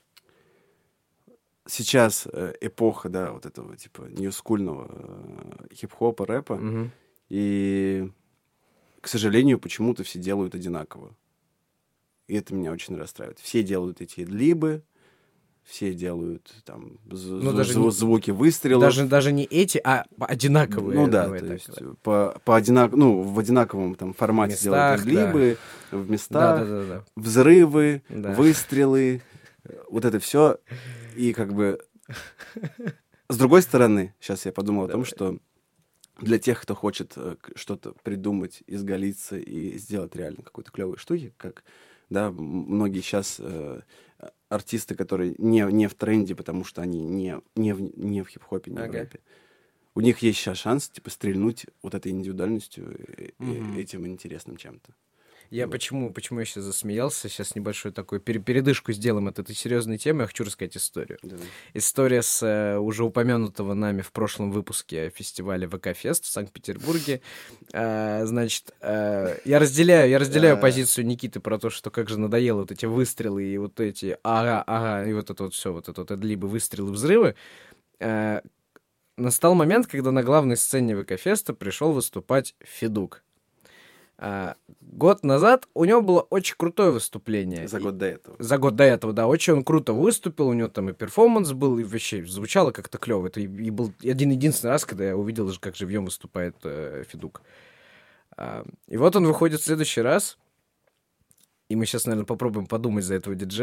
сейчас э, эпоха, да, вот этого, типа, ньюскульного э, хип-хопа, рэпа. Угу. И, к сожалению, почему-то все делают одинаково. И это меня очень расстраивает. Все делают эти эдлибы, все делают там з- ну, з- даже зв- не, звуки выстрелов. Даже, даже не эти, а одинаковые. Ну да, то есть по, по одинак... ну, в одинаковом там формате местах, делают эдлибы, да. в местах, да, да, да, да. взрывы, да. выстрелы, вот это все. И как бы с другой стороны, сейчас я подумал о том, что для тех, кто хочет что-то придумать, изгалиться и сделать реально какой-то клевой штуки, как да, многие сейчас э, артисты, которые не, не в тренде, потому что они не, не, в, не в хип-хопе, не ага. в рэпе, у них есть сейчас шанс типа стрельнуть вот этой индивидуальностью, mm-hmm. этим интересным чем-то. Я вот. почему, почему я сейчас засмеялся, сейчас небольшую такую пер- передышку сделаем от этой серьезной темы, я хочу рассказать историю. Да. История с э, уже упомянутого нами в прошлом выпуске фестиваля ВК-фест в Санкт-Петербурге. Э, значит, э, я разделяю, я разделяю позицию Никиты про то, что как же надоело вот эти выстрелы и вот эти ага, ага, и вот это вот все, вот это вот эдлибы, выстрелы, взрывы. Э, настал момент, когда на главной сцене ВК-феста пришел выступать Федук. А, год назад у него было очень крутое выступление. За год до этого. За год до этого, да. Очень он круто выступил, у него там и перформанс был, и вообще звучало как-то клево. Это и, и был один-единственный раз, когда я увидел, как живьем выступает э, Федук. А, и вот он выходит в следующий раз, и мы сейчас, наверное, попробуем подумать за этого диджея,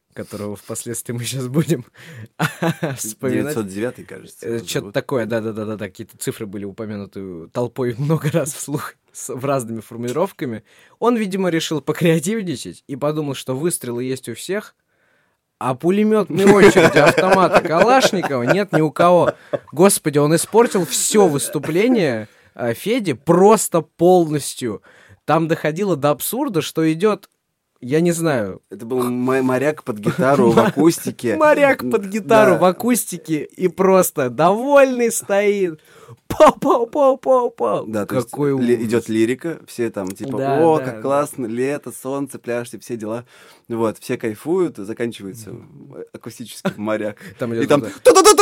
которого впоследствии мы сейчас будем вспоминать. девятьсот девятый, кажется. Что-то такое, да-да-да, какие-то цифры были упомянуты толпой много раз вслух с разными формулировками. Он, видимо, решил покреативничать и подумал, что выстрелы есть у всех, а пулеметной очереди автомата Калашникова нет ни у кого. Господи, он испортил все выступление Феди просто полностью. Там доходило до абсурда, что идет, я не знаю... Это был моряк под гитару в акустике. Моряк под гитару в акустике и просто довольный стоит. Пау-пау-пау-пау-пау. Да, какой ли, идет лирика, все там типа, да, о, да, как да. классно, лето, солнце, пляж, все дела. Вот, все кайфуют, заканчивается акустический моряк. Там и там...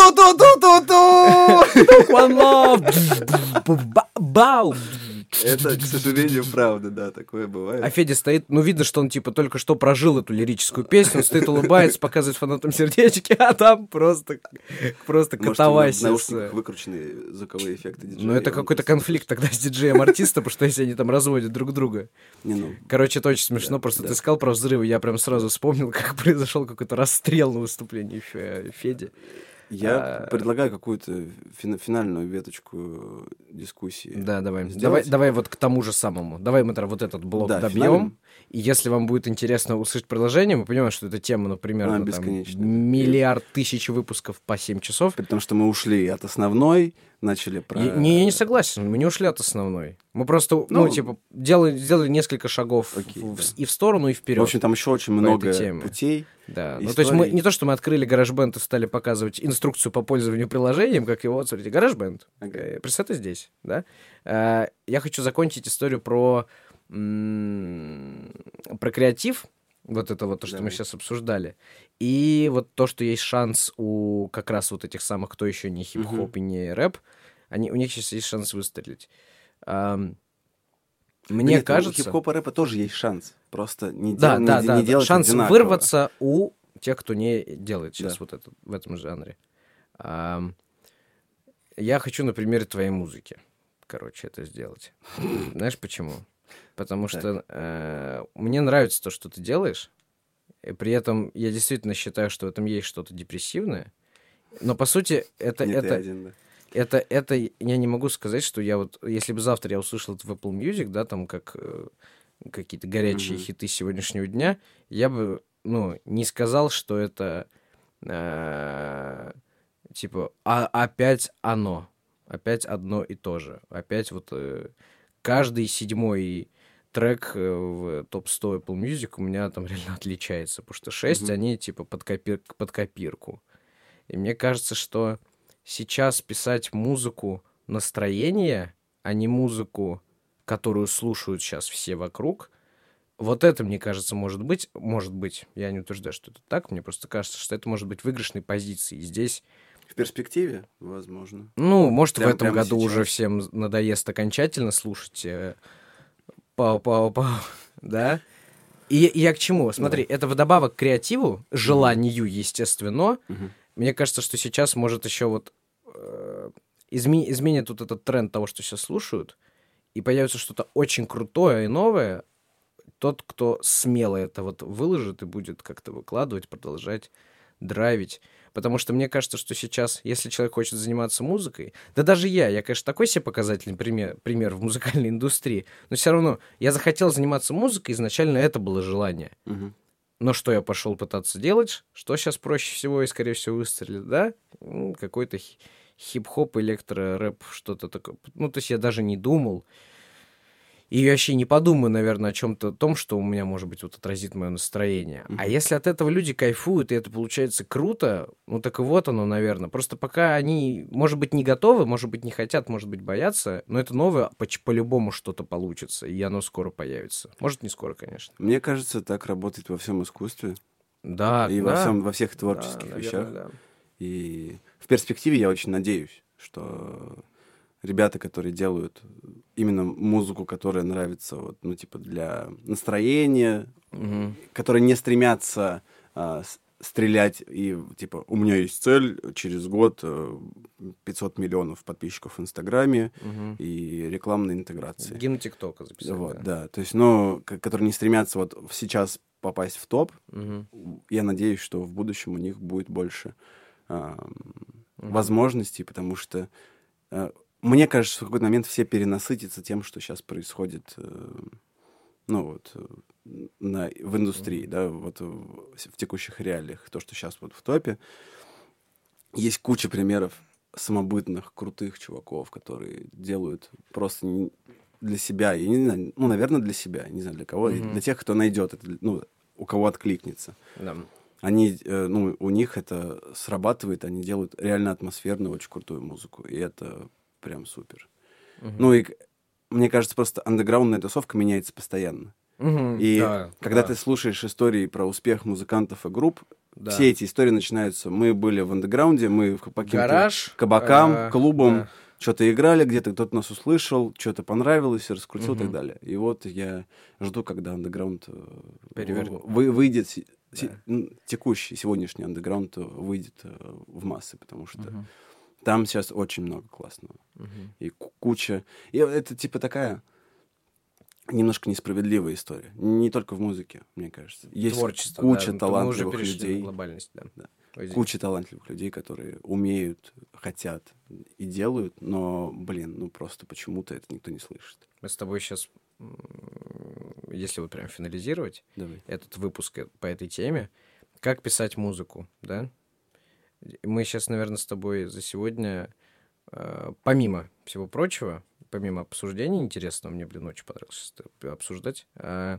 One love! Бау! Это, к сожалению, правда, да, такое бывает. А Федя стоит, ну, видно, что он, типа, только что прожил эту лирическую песню, он стоит, улыбается, показывает фанатам сердечки, а там просто, просто катавасия. Может, в наушниках выкрученные звуковые эффекты диджея. Ну, это какой-то конфликт тогда с диджеем-артистом, потому что если они там разводят друг друга. Не, ну, Короче, это очень смешно, да, просто да. Ты сказал про взрывы, я прям сразу вспомнил, как произошел какой-то расстрел на выступлении Феди. Я а... предлагаю какую-то финальную веточку дискуссии. Да, давай. давай. Давай вот к тому же самому. Давай мы вот этот блок да, добьем. Финальным? И если вам будет интересно услышать продолжение, мы понимаем, что эта тема, например, а, ну, там, миллиард тысяч выпусков по семь часов. Потому что мы ушли от основной, начали про... Я, не, я не согласен, мы не ушли от основной. Мы просто, ну, ну типа, делали, сделали несколько шагов окей, в, да. и в сторону, и вперед. В общем, там еще очень много путей. Да, ну то есть мы не то, что мы открыли GarageBand и стали показывать инструкцию по пользованию приложением, как его, вот, смотрите, GarageBand, okay. пресеты здесь, да. А, я хочу закончить историю про, м- про креатив, вот это вот то, что да. мы сейчас обсуждали, и вот то, что есть шанс у как раз вот этих самых, кто еще не хип-хоп uh-huh. и не рэп, они, у них сейчас есть шанс выстрелить. А, Мне Нет, кажется... У хип-хопа рэпа тоже есть шанс. Просто не, да, дел... да, не, да, не да. делать шанс одинаково. Вырваться у тех, кто не делает сейчас да. вот это, в этом жанре. А, я хочу на примере твоей музыки, короче, это сделать. Знаешь почему? Потому что э, мне нравится то, что ты делаешь, и при этом я действительно считаю, что в этом есть что-то депрессивное, но по сути это... Не это... ты один, да. Это, это я не могу сказать, что я вот... Если бы завтра я услышал это в Apple Music, да, там как э, какие-то горячие mm-hmm. хиты сегодняшнего дня, я бы, ну, не сказал, что это э, типа а, опять оно. Опять одно и то же. Опять вот э, каждый седьмой трек э, в топ сто Apple Music у меня там реально отличается, потому что шесть, mm-hmm. они типа под, копир, под копирку. И мне кажется, что сейчас писать музыку настроения, а не музыку, которую слушают сейчас все вокруг, вот это, мне кажется, может быть, может быть, я не утверждаю, что это так, мне просто кажется, что это может быть выигрышной позицией. Здесь... В перспективе, возможно. Ну, может, прям, в этом году сейчас. уже всем надоест окончательно слушать э, пау-пау-пау, да? И, и я к чему? Смотри, да. это вдобавок к креативу, желанию, естественно. Угу. Мне кажется, что сейчас может еще вот э, изме- изменит вот этот тренд того, что сейчас слушают, и появится что-то очень крутое и новое. Тот, кто смело это вот выложит и будет как-то выкладывать, продолжать драйвить. Потому что мне кажется, что сейчас, если человек хочет заниматься музыкой, да даже я, я, конечно, такой себе показательный пример, пример в музыкальной индустрии, но все равно я захотел заниматься музыкой, изначально это было желание. Угу. Но что я пошел пытаться делать, что сейчас проще всего и, скорее всего, выстрелит, да? Ну, какой-то хип-хоп, электро-рэп, что-то такое. Ну, то есть я даже не думал. И вообще не подумаю, наверное, о чем-то том, что у меня, может быть, вот отразит мое настроение. Mm-hmm. А если от этого люди кайфуют, и это получается круто, ну так и вот оно, наверное. Просто пока они, может быть, не готовы, может быть, не хотят, может быть, боятся, но это новое по- по-любому что-то получится, и оно скоро появится. Может, не скоро, конечно. Мне кажется, так работает во всем искусстве. Да, и да. во, всем, во всех творческих да, вещах. наверное, да. И в перспективе я очень надеюсь, что ребята, которые делают именно музыку, которая нравится, вот, ну, типа, для настроения, угу. которые не стремятся а, с- стрелять и, типа, у меня есть цель через год пятьсот миллионов подписчиков в Инстаграме угу. и рекламной интеграции. Гимн ТикТока записать. Вот, да. да. То есть, ну, к- которые не стремятся вот сейчас попасть в топ. Угу. Я надеюсь, что в будущем у них будет больше э, угу. возможностей, потому что э, мне кажется, что в какой-то момент все перенасытятся тем, что сейчас происходит э, ну, вот, на, в индустрии, угу. да, вот в, в текущих реалиях. То, что сейчас вот в топе. Есть куча примеров самобытных, крутых чуваков, которые делают просто не для себя, я не знаю, ну, наверное, для себя, не знаю, для кого, mm-hmm. для тех, кто найдет это, ну, у кого откликнется. Yeah. Они, ну, у них это срабатывает, они делают реально атмосферную, очень крутую музыку, и это прям супер. Mm-hmm. Ну, и мне кажется, просто андеграундная тусовка меняется постоянно. Mm-hmm. И да, когда да. ты слушаешь истории про успех музыкантов и групп, да. все эти истории начинаются. Мы были в андеграунде, мы по каким-то Гараж, кабакам, а, клубам, да. что-то играли, где-то кто-то нас услышал, что-то понравилось, раскрутил угу. и так далее. И вот я жду, когда андеграунд Перевернет. вы, выйдет, да. текущий, сегодняшний андеграунд выйдет в массы, потому что угу. там сейчас очень много классного. Угу. И куча... И это типа такая... немножко несправедливая история. Не только в музыке, мне кажется. Есть Творчество, куча да. талантливых Мы уже людей. На глобальность, да. Да. Куча талантливых людей, которые умеют, хотят и делают, но, блин, ну просто почему-то это никто не слышит. Мы с тобой сейчас, если вот прям финализировать Давай. этот выпуск по этой теме, как писать музыку, да? Мы сейчас, наверное, с тобой за сегодня, помимо всего прочего, помимо обсуждения интересного, мне, блин, очень понравилось обсуждать,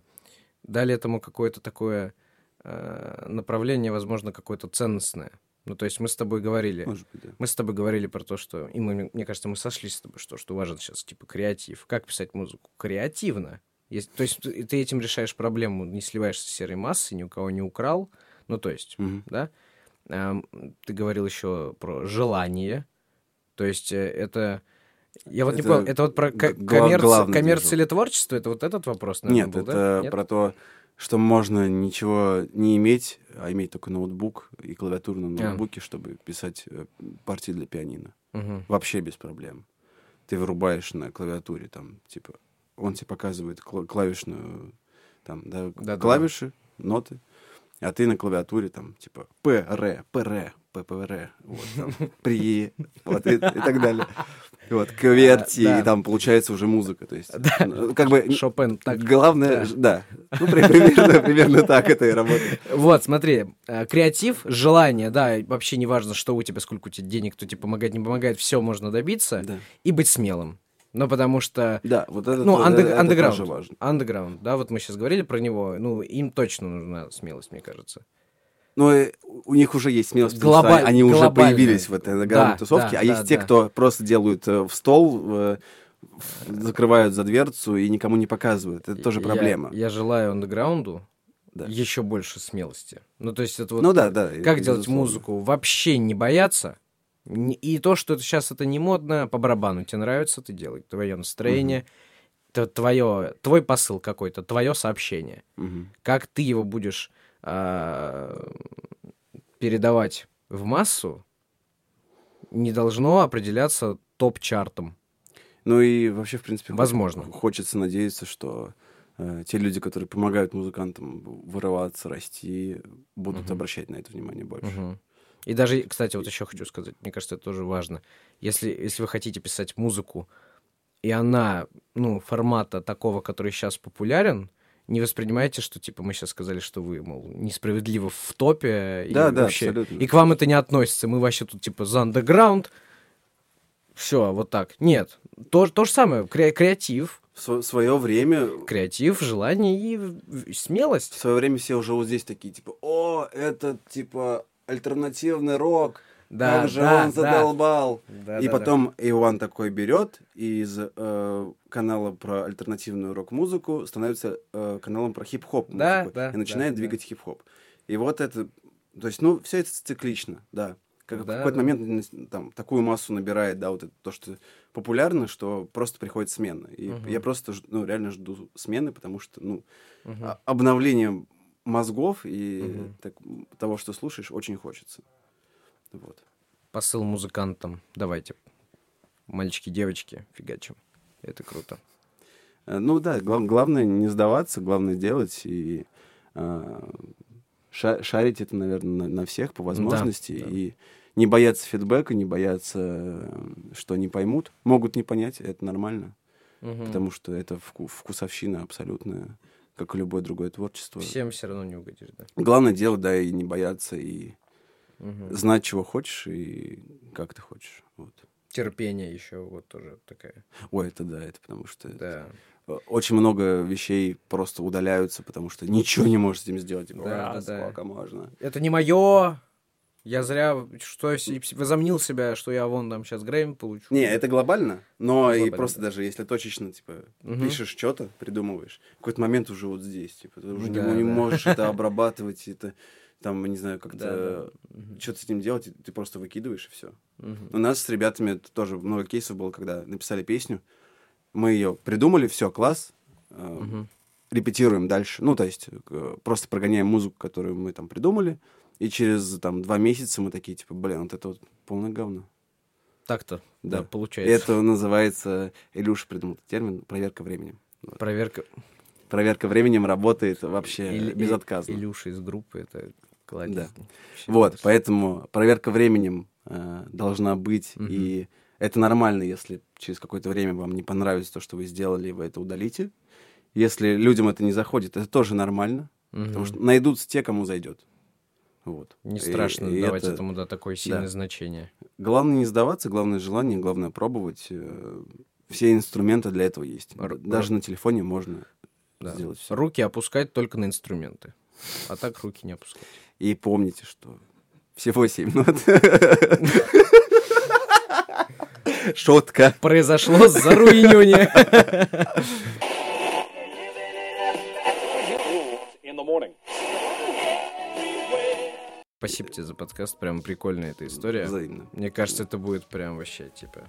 дали этому какое-то такое направление, возможно, какое-то ценностное. Ну, то есть мы с тобой говорили, Может быть, да. мы с тобой говорили про то, что, и мы, мне кажется, мы сошлись с тобой, что, что важен сейчас, типа, креатив. Как писать музыку? Креативно. Есть, то есть ты, ты этим решаешь проблему, не сливаешься с серой массой, ни у кого не украл. Ну, то есть, Mm-hmm. да. А, ты говорил еще про желание. То есть это... Я вот это не понял, это вот про ко- коммерцию коммерцию или творчество? Это вот этот вопрос, наверное, Нет, был, это да? Нет? про то, что можно ничего не иметь, а иметь только ноутбук и клавиатуру на ноутбуке, а. чтобы писать партии для пианино. Угу. Вообще без проблем. Ты вырубаешь на клавиатуре, там, типа, он тебе показывает клавишную, там, да, да, клавиши, да. ноты, а ты на клавиатуре, там, типа, П, Р, П, Р, П, П, Р, вот, там, при, вот, и, и так далее. Вот, кверти, да. и там получается уже музыка, то есть, да. как бы, Шопен, так. Главное, да, да. Ну, примерно, примерно так это и работает. Вот, смотри, креатив, желание, да, вообще не важно, что у тебя, сколько у тебя денег, кто тебе помогает, не помогает, все можно добиться, да. и быть смелым. Ну, потому что... Да, вот это, ну, андег... это, это тоже важно. Андеграунд, да, вот мы сейчас говорили про него, ну, им точно нужна смелость, мне кажется. Но у них уже есть смелость, Глобаль... потому что они уже появились в этой андеграундной да, тусовке, да, а есть да, те, да. кто просто делают в стол, в... закрывают за дверцу и никому не показывают. Это тоже проблема. Я, я желаю андеграунду да. еще больше смелости. Ну, то есть это вот... Ну, да, да. Как делать безусловно. Музыку? Вообще не бояться. И то, что это сейчас это не модно, по барабану. Тебе нравится, ты делай. Твое настроение, угу. твое, твой посыл какой-то, твое сообщение. Угу. Как ты его будешь а, передавать в массу, не должно определяться топ-чартом. Ну и вообще, в принципе, возможно. Хочется надеяться, что э, те люди, которые помогают музыкантам вырываться, расти, будут uh-huh. обращать на это внимание больше. Uh-huh. И даже, кстати, вот еще хочу сказать, мне кажется, это тоже важно. Если, если вы хотите писать музыку, и она, ну, формата такого, который сейчас популярен, не воспринимайте, что, типа, мы сейчас сказали, что вы, мол, несправедливо в топе. Да, и да, вообще, абсолютно. И к вам это не относится. Мы вообще тут, типа, за андеграунд. Все, вот так. Нет. То, то же самое. Кре- креатив. В свое время... Креатив, желание и смелость. В свое время все уже вот здесь такие, типа, о, это, типа, альтернативный рок. Да, как же да, он задолбал. Да, и да, потом да. Иван такой берет и из э, канала про альтернативную рок-музыку становится э, каналом про хип-хоп музыку. Да, да, и начинает да, двигать да. хип-хоп. И вот это... То есть, ну, все это циклично, да. Как да, в какой-то да. момент там такую массу набирает, да, вот это то, что популярно, что просто приходит смена. И uh-huh. я просто, ну, реально жду смены, потому что, ну, uh-huh. обновление мозгов и uh-huh. так, того, что слушаешь, очень хочется. Вот. Посыл музыкантам. Давайте. Мальчики, девочки, фигачим. Это круто. Ну да, гла- главное не сдаваться, главное делать и э, ша- шарить это, наверное, на, на всех по возможности. Да, да. И не бояться фидбэка, не бояться, что не поймут. Могут не понять, это нормально. Угу. Потому что это вку- вкусовщина абсолютная, как и любое другое творчество. Всем все равно не угодишь, да. Главное делать, да, и не бояться, и угу. знать, чего хочешь, и как ты хочешь. Вот. Терпение еще вот тоже такая. Ой, это да, это потому что... Да. Очень много вещей просто удаляются, потому что ничего не можешь с этим сделать. Типа, да, а, да, сколько да. можно? Это не мое. Я зря что возомнил себя, что я вон там сейчас Грэмми получу. Не, это глобально, но глобально, и просто да. даже если точечно, типа, угу. пишешь что-то, придумываешь, в какой-то момент уже вот здесь, типа, ты уже да, не, не да. можешь это обрабатывать, это, там, не знаю, как-то да, да. что-то с этим делать, и ты просто выкидываешь, и все. Угу. У нас с ребятами тоже много кейсов было, когда написали песню, мы ее придумали, все, класс, угу. репетируем дальше, ну, то есть просто прогоняем музыку, которую мы там придумали, и через там два месяца мы такие, типа, блин, вот это вот полное говно. Так-то, да, да, получается. Это называется, Илюша придумал термин, проверка временем. Вот. Проверка... Проверка временем работает вообще Или, безотказно. Илюша из группы, это кладезь. Да. Вот, класс. Поэтому проверка временем э, должна быть, угу. и это нормально, если через какое-то время вам не понравится то, что вы сделали, и вы это удалите. Если людям это не заходит, это тоже нормально, угу. потому что найдутся те, кому зайдет. Вот. Не страшно и, давать это, этому да, такое сильное да. значение. Главное не сдаваться, главное желание, главное пробовать. Все инструменты для этого есть. Р- Даже р- на телефоне можно да. сделать все. Руки опускать только на инструменты, а так руки не опускать. И помните, что всего семь нот. Шутка. Произошло заруинивание. Спасибо тебе за подкаст, прям прикольная эта история. Взаимно. Мне кажется, это будет прям вообще, типа...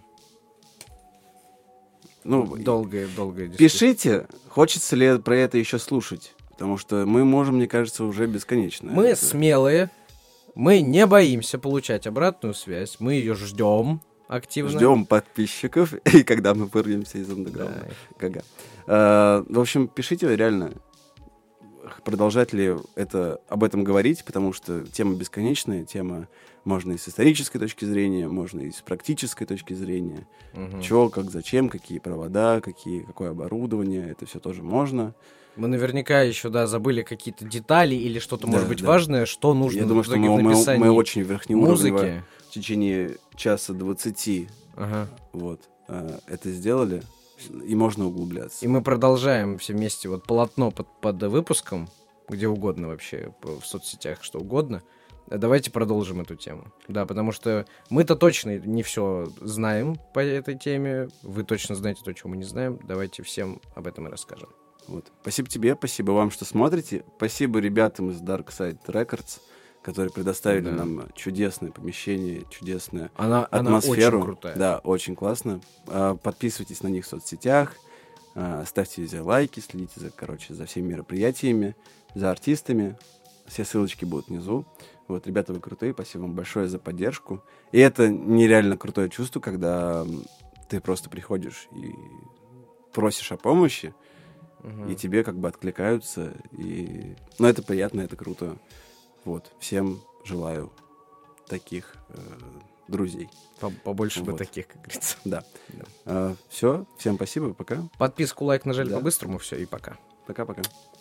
Ну, долгая, долгая дискуссия. Пишите, хочется ли про это еще слушать, потому что мы можем, мне кажется, уже бесконечно. Мы это... смелые, мы не боимся получать обратную связь, мы ее ждем активно. Ждем подписчиков, и когда мы вырвемся из андеграунда. Да. А, в общем, пишите реально, продолжать ли это, об этом говорить, потому что тема бесконечная, тема можно и с исторической точки зрения, можно и с практической точки зрения. Угу. Чего, как, зачем, какие провода, какие, какое оборудование, это все тоже можно. Мы наверняка еще, да, забыли какие-то детали или что-то, да, может быть, да. важное, что нужно. Я думаю, что мы, мы, мы очень верхнеуровнево в течение часа двадцати ага. вот, это сделали. И можно углубляться. И мы продолжаем все вместе вот полотно под, под выпуском, где угодно вообще, в соцсетях, что угодно. Давайте продолжим эту тему. Да, потому что мы-то точно не все знаем по этой теме. Вы точно знаете то, чего мы не знаем. Давайте всем об этом и расскажем. Вот. Спасибо тебе, спасибо вам, что смотрите. Спасибо ребятам из Dark Side Records, которые предоставили да. нам чудесное помещение, чудесную она, атмосферу. Она очень крутая. Да, очень классно. Подписывайтесь на них в соцсетях, ставьте везде лайки, следите за, короче, за всеми мероприятиями, за артистами. Все ссылочки будут внизу. Вот, ребята, вы крутые, спасибо вам большое за поддержку. И это нереально крутое чувство, когда ты просто приходишь и просишь о помощи, угу. и тебе как бы откликаются. И... Ну, это приятно, это круто. Вот, всем желаю таких э, друзей. Побольше вот. бы таких, как говорится. Да. да. А, все, всем спасибо, пока. Подписку, лайк нажали да. по-быстрому, все, и пока. Пока-пока.